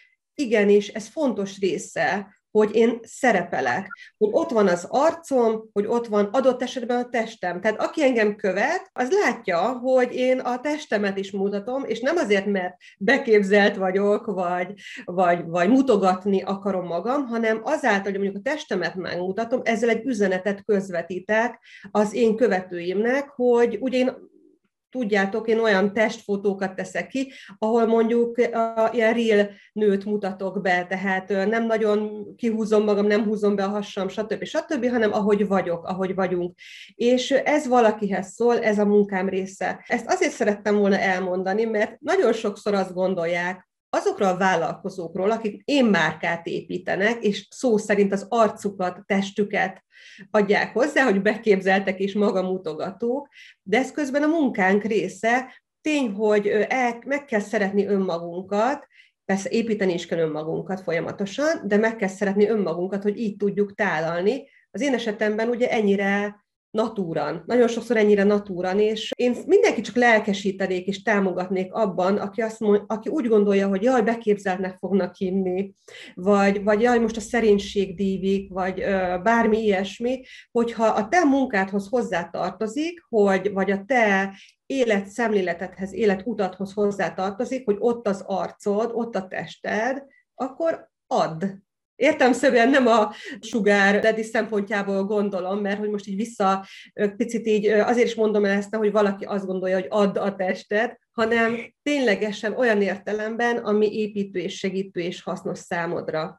igenis ez fontos része, hogy én szerepelek, hogy ott van az arcom, hogy ott van adott esetben a testem. Tehát aki engem követ, az látja, hogy én a testemet is mutatom, és nem azért, mert beképzelt vagyok, vagy, vagy, vagy mutogatni akarom magam, hanem azáltal, hogy mondjuk a testemet megmutatom, ezzel egy üzenetet közvetítek az én követőimnek, hogy ugye én tudjátok, én olyan testfotókat teszek ki, ahol mondjuk a, ilyen real nőt mutatok be, tehát nem nagyon kihúzom magam, nem húzom be a hassam, stb. stb., hanem ahogy vagyok, ahogy vagyunk. És ez valakihez szól, ez a munkám része. Ezt azért szerettem volna elmondani, mert nagyon sokszor azt gondolják, azokról a vállalkozókról, akik én márkát építenek, és szó szerint az arcukat, testüket adják hozzá, hogy beképzeltek és magamutogatók, de ez közben a munkánk része. Tény, hogy el, meg kell szeretni önmagunkat, persze építeni is kell önmagunkat folyamatosan, de meg kell szeretni önmagunkat, hogy így tudjuk tálalni. Az én esetemben ugye ennyire natúran, nagyon sokszor ennyire natúran, és én mindenki csak lelkesítenék és támogatnék abban, aki, azt mond, aki úgy gondolja, hogy jaj, beképzeltnek fognak hinni, vagy, vagy jaj, most a szerénység dívik, vagy ö, bármi ilyesmi, hogyha a te munkádhoz hozzátartozik, hogy, vagy a te életszemléletedhez, életutathoz hozzátartozik, hogy ott az arcod, ott a tested, akkor add. Értelemszerűen nem a sugár daddy szempontjából gondolom, mert hogy most így vissza picit így azért is mondom el ezt, hogy valaki azt gondolja, hogy add a testet, hanem ténylegesen olyan értelemben, ami építő és segítő és hasznos számodra.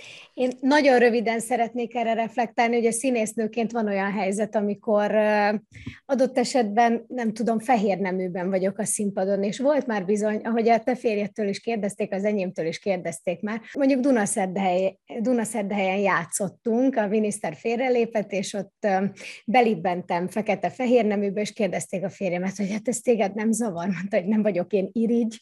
Én nagyon röviden szeretnék erre reflektálni, hogy a színésznőként van olyan helyzet, amikor adott esetben, nem tudom, fehér neműben vagyok a színpadon, és volt már bizony, ahogy a te férjettől is kérdezték, az enyémtől is kérdezték már, mondjuk Dunaszerdehely, Dunaszerdahelyen játszottunk, a miniszter félrelépett, és ott belibbentem fekete-fehér neműbe, és kérdezték a férjemet, hogy hát ez téged nem zavar, mondta, hogy nem vagyok én irigy.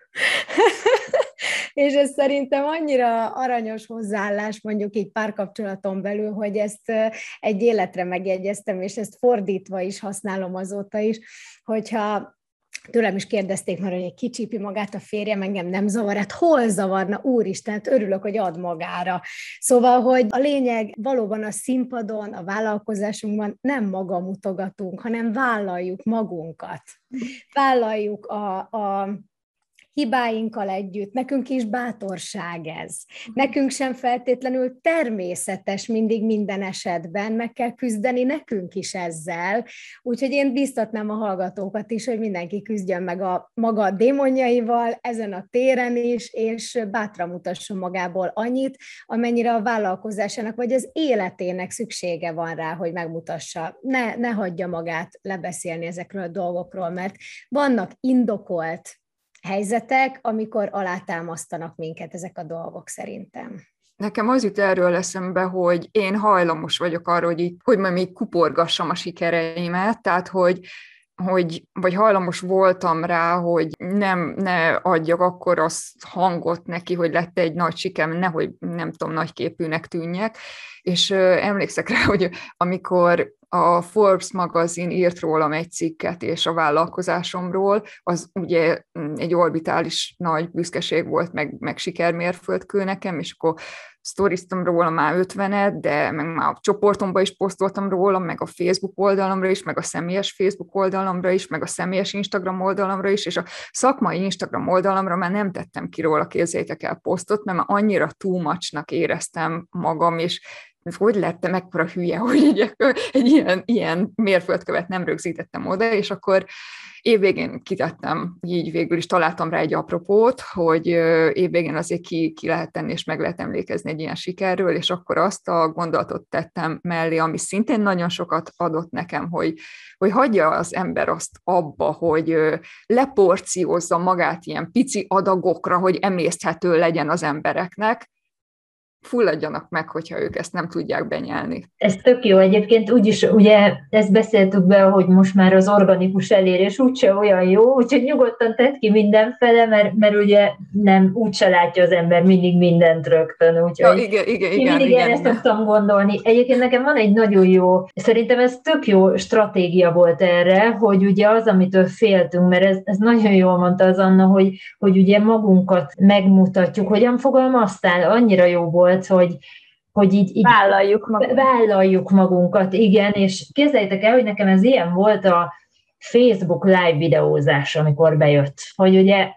És ez szerintem annyira aranyos hozzáállás, mondjuk így párkapcsolaton belül, hogy ezt egy életre megjegyeztem, és ezt fordítva is használom azóta is, hogyha tőlem is kérdezték már, hogy egy kicsípi magát a férjem, engem nem zavar, hát hol zavarna, úristen, hát örülök, hogy ad magára. Szóval, hogy a lényeg valóban a színpadon, a vállalkozásunkban nem magamutogatunk, hanem vállaljuk magunkat. Vállaljuk a... a hibáinkkal együtt, nekünk is bátorság ez. Nekünk sem feltétlenül természetes mindig minden esetben, meg kell küzdeni nekünk is ezzel. Úgyhogy én bíztatnám a hallgatókat is, hogy mindenki küzdjön meg a maga démonjaival ezen a téren is, és bátran mutasson magából annyit, amennyire a vállalkozásának vagy az életének szüksége van rá, hogy megmutassa. Ne, ne hagyja magát lebeszélni ezekről a dolgokról, mert vannak indokolt helyzetek, amikor alátámasztanak minket ezek a dolgok szerintem. Nekem az jut erről eszembe, hogy én hajlamos vagyok arra, hogy így, hogy majd még kuporgassam a sikereimet, tehát hogy, hogy vagy hajlamos voltam rá, hogy nem ne adjak akkor az hangot neki, hogy lett egy nagy sikerem, nehogy nem tudom, nagyképűnek tűnjek, és uh, emlékszek rá, hogy amikor a Forbes magazin írt rólam egy cikket és a vállalkozásomról, az ugye egy orbitális nagy büszkeség volt, meg, meg sikermérföldkő nekem, és akkor sztoriztam róla már ötvenet, de meg már a csoportomba is posztoltam róla, meg a Facebook oldalamra is, meg a személyes Facebook oldalamra is, meg a személyes Instagram oldalamra is, és a szakmai Instagram oldalamra már nem tettem ki róla, képzeljétek el, posztot, mert már annyira too much-nak éreztem magam, és hogy lettem ekkora hülye, hogy egy, egy ilyen, ilyen mérföldkövet nem rögzítettem oda, és akkor évvégén kitettem, így végül is találtam rá egy apropót, hogy évvégén azért ki, ki lehet tenni, és meg lehet emlékezni egy ilyen sikerről, és akkor azt a gondolatot tettem mellé, ami szintén nagyon sokat adott nekem, hogy, hogy hagyja az ember azt abba, hogy leporciózza magát ilyen pici adagokra, hogy emészthető legyen az embereknek, fulladjanak meg, hogyha ők ezt nem tudják benyelni. Ez tök jó egyébként, úgyis ugye ezt beszéltük be, hogy most már az organikus elérés úgyse olyan jó, úgyhogy nyugodtan tedd ki mindenfele, mert, mert ugye nem úgyse látja az ember mindig mindent rögtön. Úgyhogy ja, igen, igen, én igen, mindig igen, erre igen. szoktam gondolni. Egyébként nekem van egy nagyon jó, szerintem ez tök jó stratégia volt erre, hogy ugye az, amitől féltünk, mert ez, ez nagyon jól mondta az Anna, hogy, hogy ugye magunkat megmutatjuk, hogyan fogalmaztál, annyira jó volt, hogy, hogy így, így vállaljuk magunkat. vállaljuk magunkat, igen, és képzeljétek el, hogy nekem ez ilyen volt a Facebook live videózás, amikor bejött, hogy ugye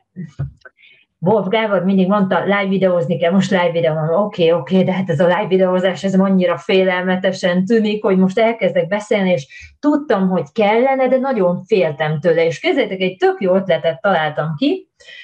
Wolf Gábor mindig mondta, live videózni kell, most live videó, oké, okay, oké, okay, de hát ez a live videózás, ez annyira félelmetesen tűnik, hogy most elkezdek beszélni, és tudtam, hogy kellene, de nagyon féltem tőle, és képzeljétek, egy tök jó ötletet találtam ki,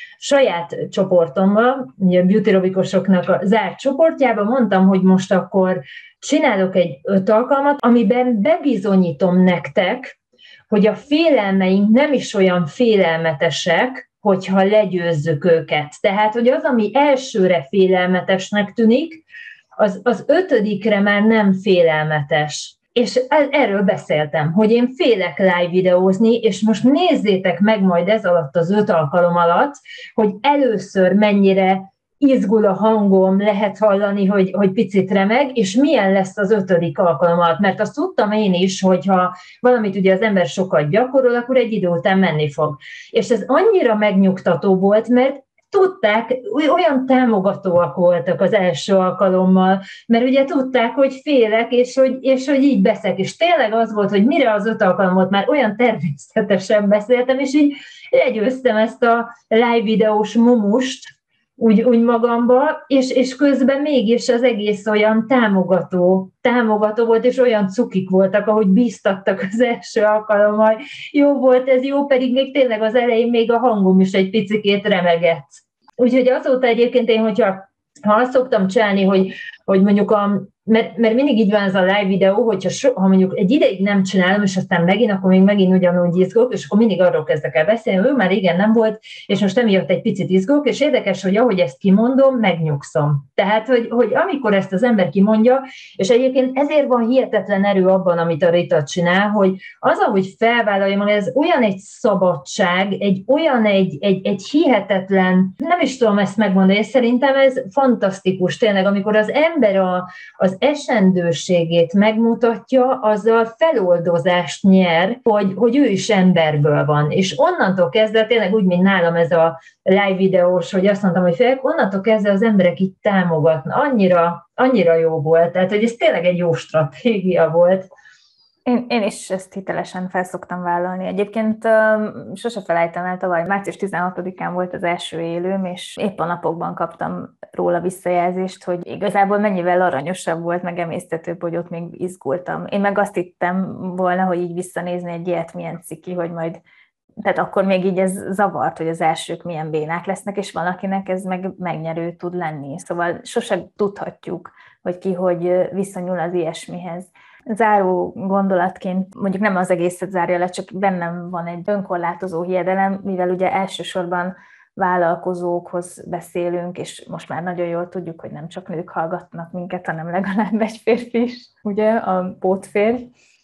saját csoportomban, ugye a beauty robikosoknak a zárt csoportjában mondtam, hogy most akkor csinálok egy öt alkalmat, amiben bebizonyítom nektek, hogy a félelmeink nem is olyan félelmetesek, hogyha legyőzzük őket. Tehát, hogy az, ami elsőre félelmetesnek tűnik, az, az ötödikre már nem félelmetes. És erről beszéltem, hogy én félek live videózni, és most nézzétek meg majd ez alatt az öt alkalom alatt, hogy először mennyire izgul a hangom, lehet hallani, hogy, hogy picit remeg, és milyen lesz az ötödik alkalom alatt. Mert azt tudtam én is, hogyha valamit ugye az ember sokat gyakorol, akkor egy idő után menni fog. És ez annyira megnyugtató volt, mert tudták, olyan támogatóak voltak az első alkalommal, mert ugye tudták, hogy félek, és hogy, és hogy így beszélek. És tényleg az volt, hogy mire az öt alkalomot már olyan természetesen beszéltem, és így legyőztem ezt a live videós mumust, úgy, úgy magamba, és, és közben mégis az egész olyan támogató, támogató volt, és olyan cukik voltak, ahogy bíztattak az első alkalommal. Jó volt ez, jó, pedig még tényleg az elején még a hangom is egy picikét remegett. Úgyhogy azóta egyébként én, hogyha ha azt szoktam csinálni, hogy, hogy mondjuk a Mert, mert mindig így van ez a live videó, hogyha so, ha mondjuk egy ideig nem csinálom, és aztán megint, akkor még megint ugyanúgy izgok, és akkor mindig arról kezdek el beszélni, ő már igen nem volt, és most emiatt egy picit izgok, és érdekes, hogy ahogy ezt kimondom, megnyugszom. Tehát, hogy, hogy amikor ezt az ember kimondja, és egyébként ezért van hihetetlen erő abban, amit a Rita csinál, hogy az, ahogy felvállalja maga, ez olyan egy szabadság, egy olyan egy, egy, egy hihetetlen, nem is tudom ezt megmondani, és szerintem ez fantasztikus tényleg, amikor az ember a, az esendőségét megmutatja, azzal feloldozást nyer, hogy, hogy ő is emberből van. És onnantól kezdve, tényleg úgy, mint nálam ez a live videós, hogy azt mondtam, hogy félek, onnantól kezdve az emberek így támogatnak. Annyira, annyira jó volt. Tehát, hogy ez tényleg egy jó stratégia volt. Én, én is ezt hitelesen felszoktam vállalni. Egyébként um, sose felejtem el, tavaly március tizenhatodikán volt az első élőm, és épp a napokban kaptam róla visszajelzést, hogy igazából mennyivel aranyosabb volt, meg emésztetőbb, hogy ott még izgultam. Én meg azt hittem volna, hogy így visszanézni egy ilyet, milyen ciki, hogy majd, tehát akkor még így ez zavart, hogy az elsők milyen bénák lesznek, és van, akinek ez meg megnyerő tud lenni. Szóval sose tudhatjuk, hogy ki hogy viszonyul az ilyesmihez. Záró gondolatként, mondjuk nem az egészet zárja le, csak bennem van egy önkorlátozó hiedelem, mivel ugye elsősorban vállalkozókhoz beszélünk, és most már nagyon jól tudjuk, hogy nem csak nők hallgatnak minket, hanem legalább egy férfi is, ugye, a Pótférj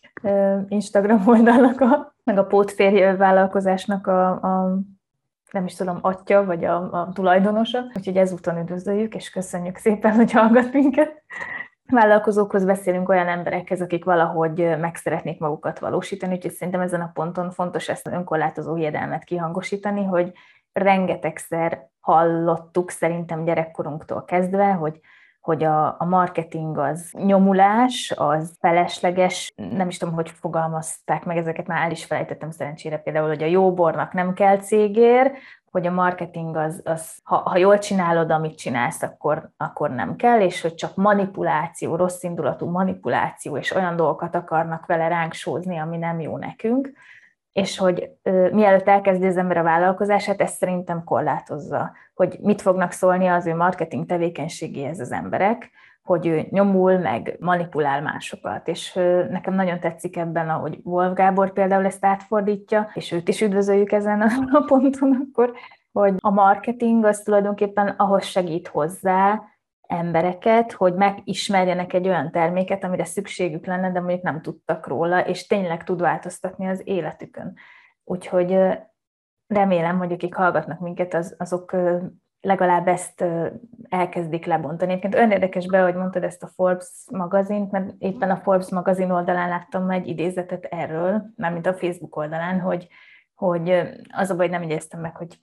Instagram oldalnak, a, meg a Pótférj vállalkozásnak a, a nem is tudom, atya, vagy a, a tulajdonosa, úgyhogy ezúton üdvözöljük, és köszönjük szépen, hogy hallgat minket. Vállalkozókhoz beszélünk olyan emberekhez, akik valahogy meg szeretnék magukat valósítani, úgyhogy szerintem ezen a ponton fontos ezt az önkorlátozó hiedelmet kihangosítani, hogy rengetegszer hallottuk szerintem gyerekkorunktól kezdve, hogy, hogy a, a marketing az nyomulás, az felesleges, nem is tudom, hogy fogalmazták meg ezeket, már el is felejtettem szerencsére például, hogy a jó bornak nem kell cégér, hogy a marketing az, az ha, ha jól csinálod, amit csinálsz, akkor, akkor nem kell, és hogy csak manipuláció, rosszindulatú manipuláció, és olyan dolgokat akarnak vele ránk sózni, ami nem jó nekünk, és hogy ö, mielőtt elkezdi az ember a vállalkozását, ezt szerintem korlátozza, hogy mit fognak szólni az ő marketing tevékenységéhez az emberek, hogy ő nyomul, meg manipulál másokat. És ö, nekem nagyon tetszik ebben, ahogy Wolf Gábor például ezt átfordítja, és őt is üdvözöljük ezen a ponton akkor, hogy a marketing az tulajdonképpen ahhoz segít hozzá embereket, hogy megismerjenek egy olyan terméket, amire szükségük lenne, de mondjuk nem tudtak róla, és tényleg tud változtatni az életükön. Úgyhogy remélem, hogy akik hallgatnak minket, az, azok legalább ezt elkezdik lebontani. Egyébként olyan érdekes be, hogy mondtad ezt a Forbes magazint, mert éppen a Forbes magazin oldalán láttam egy idézetet erről, mármint a Facebook oldalán, hogy, hogy az a baj, nem jegyeztem meg, hogy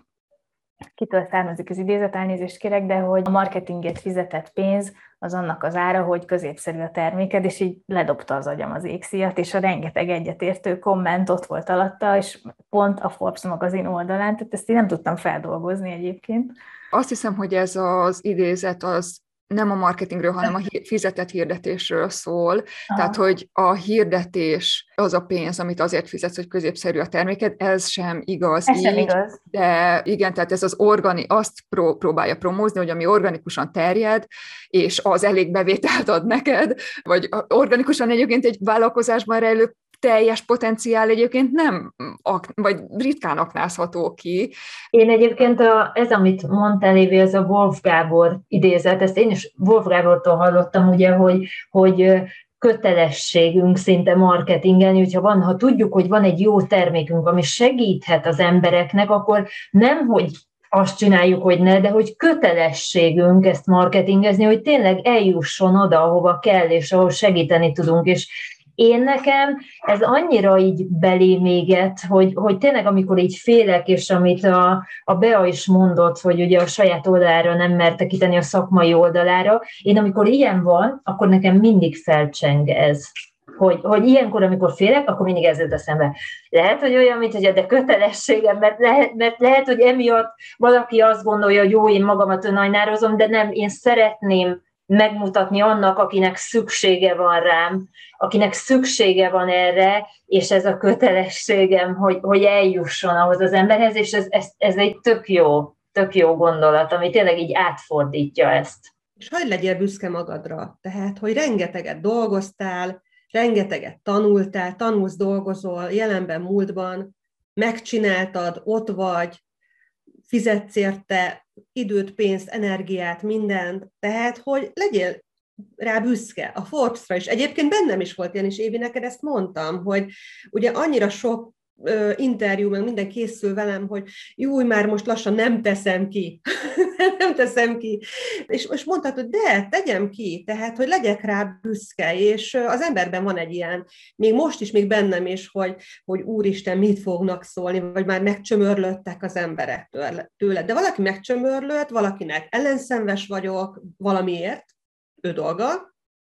kitől származik az idézet, elnézést kérek, de hogy a marketingért fizetett pénz az annak az ára, hogy középszerű a terméked, és így ledobta az agyam az égszíjat, és a rengeteg egyetértő komment ott volt alatta, és pont a Forbes magazin oldalán, tehát ezt én nem tudtam feldolgozni egyébként. Azt hiszem, hogy ez az idézet az nem a marketingről, hanem a fizetett hirdetésről szól. Aha. Tehát, hogy a hirdetés az a pénz, amit azért fizetsz, hogy középszerű a terméked, ez sem igaz. Ez így, sem igaz. De igen, tehát ez az organi, azt pró, próbálja promózni, hogy ami organikusan terjed, és az elég bevételt ad neked, vagy organikusan egyébként egy vállalkozásban rejlő teljes potenciál egyébként nem, vagy ritkán aknázható ki. Én egyébként a, ez, amit mondtál, Évi, ez a Wolf Gábor idézet, ezt én is Wolf Gábortól hallottam, ugye, hogy, hogy kötelességünk szinte marketingelni, hogyha van, ha tudjuk, hogy van egy jó termékünk, ami segíthet az embereknek, akkor nem, hogy azt csináljuk, hogy ne, de hogy kötelességünk ezt marketingezni, hogy tényleg eljusson oda, ahova kell, és ahol segíteni tudunk, és én nekem ez annyira így belém éget, hogy, hogy tényleg amikor így félek, és amit a, a Bea is mondott, hogy ugye a saját oldalára nem merte kitenni a szakmai oldalára, én amikor ilyen van, akkor nekem mindig felcseng ez. Hogy, hogy ilyenkor, amikor félek, akkor mindig ez jut eszembe. Lehet, hogy olyan, mint hogy de kötelességem, mert lehet, mert lehet, hogy emiatt valaki azt gondolja, hogy jó, én magamat önajnározom, de nem, én szeretném megmutatni annak, akinek szüksége van rám, akinek szüksége van erre, és ez a kötelességem, hogy, hogy eljusson ahhoz az emberhez, és ez, ez, ez egy tök jó, tök jó gondolat, ami tényleg így átfordítja ezt. És hagyd legyél büszke magadra, tehát, hogy rengeteget dolgoztál, rengeteget tanultál, tanulsz, dolgozol, jelenben, múltban, megcsináltad, ott vagy, fizetsz érte időt, pénzt, energiát, mindent, tehát, hogy legyél rá büszke, a Forbes-ra is. Egyébként bennem is volt ilyen, és Évi, neked ezt mondtam, hogy ugye annyira sok ö, interjú, meg minden készül velem, hogy júj, már most lassan nem teszem ki. nem teszem ki. És most mondtad, hogy de, tegyem ki, tehát, hogy legyek rá büszke, és az emberben van egy ilyen, még most is, még bennem is, hogy, hogy úristen, mit fognak szólni, vagy már megcsömörlöttek az emberek tőle. De valaki megcsömörlött, valakinek ellenszenves vagyok valamiért, ő dolga.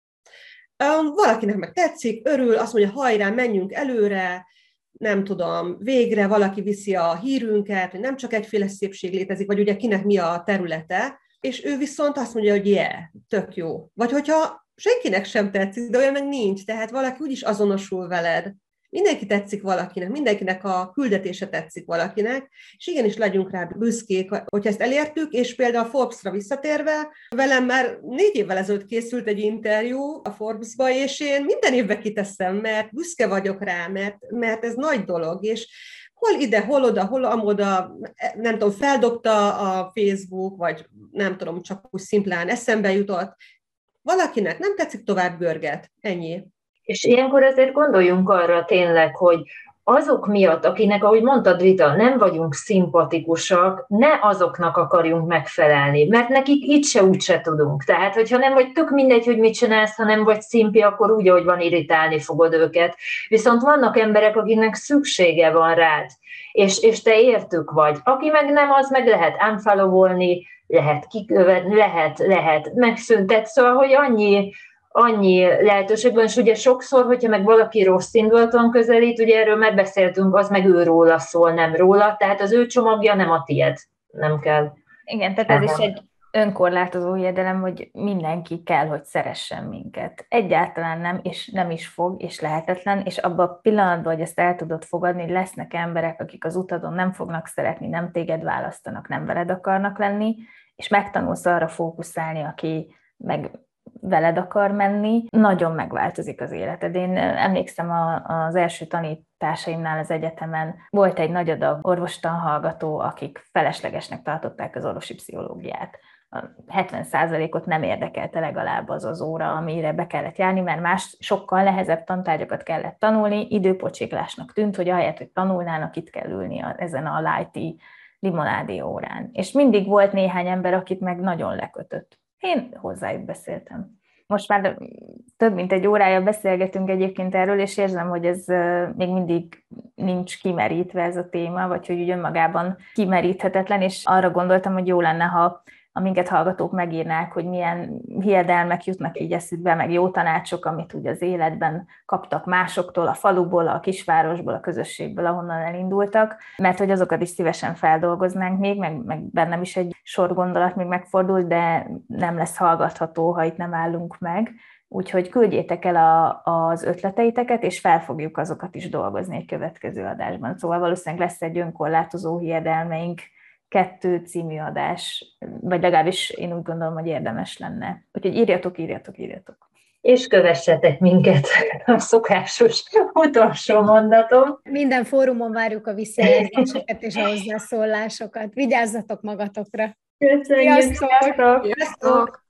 Valakinek meg tetszik, örül, azt mondja, hajrá, menjünk előre, nem tudom, végre valaki viszi a hírünket, hogy nem csak egyféle szépség létezik, vagy ugye kinek mi a területe, és ő viszont azt mondja, hogy yeah, tök jó. Vagy hogyha senkinek sem tetszik, de olyan meg nincs, tehát valaki úgyis azonosul veled. Mindenki tetszik valakinek, mindenkinek a küldetése tetszik valakinek, és igenis legyünk rá büszkék, hogyha ezt elértük, és például a Forbes-ra visszatérve, velem már négy évvel ezelőtt készült egy interjú a Forbes-ba, és én minden évben kiteszem, mert büszke vagyok rá, mert, mert ez nagy dolog, és hol ide, hol oda, hol amoda, nem tudom, feldobta a Facebook, vagy nem tudom, csak úgy szimplán eszembe jutott. Valakinek nem tetszik, tovább görget. Ennyi. És ilyenkor azért gondoljunk arra tényleg, hogy azok miatt, akinek, ahogy mondtad, Rita, nem vagyunk szimpatikusak, ne azoknak akarjunk megfelelni, mert nekik itt se úgy se tudunk. Tehát, hogyha nem vagy tök mindegy, hogy mit csinálsz, ha nem vagy szimpi, akkor úgy, ahogy van, irritálni fogod őket. Viszont vannak emberek, akiknek szüksége van rád, és, és te értük vagy. Aki meg nem, az meg lehet unfollowolni, lehet kikövetni, lehet, lehet megszüntet, szóval, hogy annyi, annyi lehetőségben, és ugye sokszor, hogyha meg valaki rossz indulaton közelít, ugye erről megbeszéltünk, az meg ő róla szól, nem róla, tehát az ő csomagja nem a tied, nem kell. Igen, tehát ez is egy önkorlátozó hiedelem, hogy mindenki kell, hogy szeressen minket. Egyáltalán nem, és nem is fog, és lehetetlen, és abban a pillanatban, hogy ezt el tudod fogadni, hogy lesznek emberek, akik az utadon nem fognak szeretni, nem téged választanak, nem veled akarnak lenni, és megtanulsz arra fókuszálni, aki meg veled akar menni, nagyon megváltozik az életed. Én emlékszem az első tanításaimnál az egyetemen, volt egy nagy adag orvostanhallgató, akik feleslegesnek tartották az orvosi pszichológiát. A hetven százalékot nem érdekelte legalább az az óra, amire be kellett járni, mert más sokkal nehezebb tantárgyakat kellett tanulni, időpocséklásnak tűnt, hogy ahelyett, hogy tanulnának, itt kell ülni ezen a lighty limonádi órán. És mindig volt néhány ember, akit meg nagyon lekötött. Én hozzájuk beszéltem. Most már több mint egy órája beszélgetünk egyébként erről, és érzem, hogy ez még mindig nincs kimerítve ez a téma, vagy hogy úgy önmagában kimeríthetetlen, és arra gondoltam, hogy jó lenne, ha a minket hallgatók megírnák, hogy milyen hiedelmek jutnak így eszükbe, meg jó tanácsok, amit úgy az életben kaptak másoktól, a faluból, a kisvárosból, a közösségből, ahonnan elindultak, mert hogy azokat is szívesen feldolgoznánk még, meg, meg bennem is egy sor gondolat még megfordul, de nem lesz hallgatható, ha itt nem állunk meg. Úgyhogy küldjétek el a, az ötleteiteket, és fel fogjuk azokat is dolgozni egy következő adásban. Szóval valószínűleg lesz egy önkorlátozó hiedelmeink kettő című adás, vagy legalábbis én úgy gondolom, hogy érdemes lenne. Úgyhogy írjatok, írjatok, írjatok. És kövessetek minket, a szokásos utolsó mondatom. Minden fórumon várjuk a visszajelzéseket és a hozzászólásokat. Vigyázzatok magatokra! Köszönjük! Sziasztok! Sziasztok!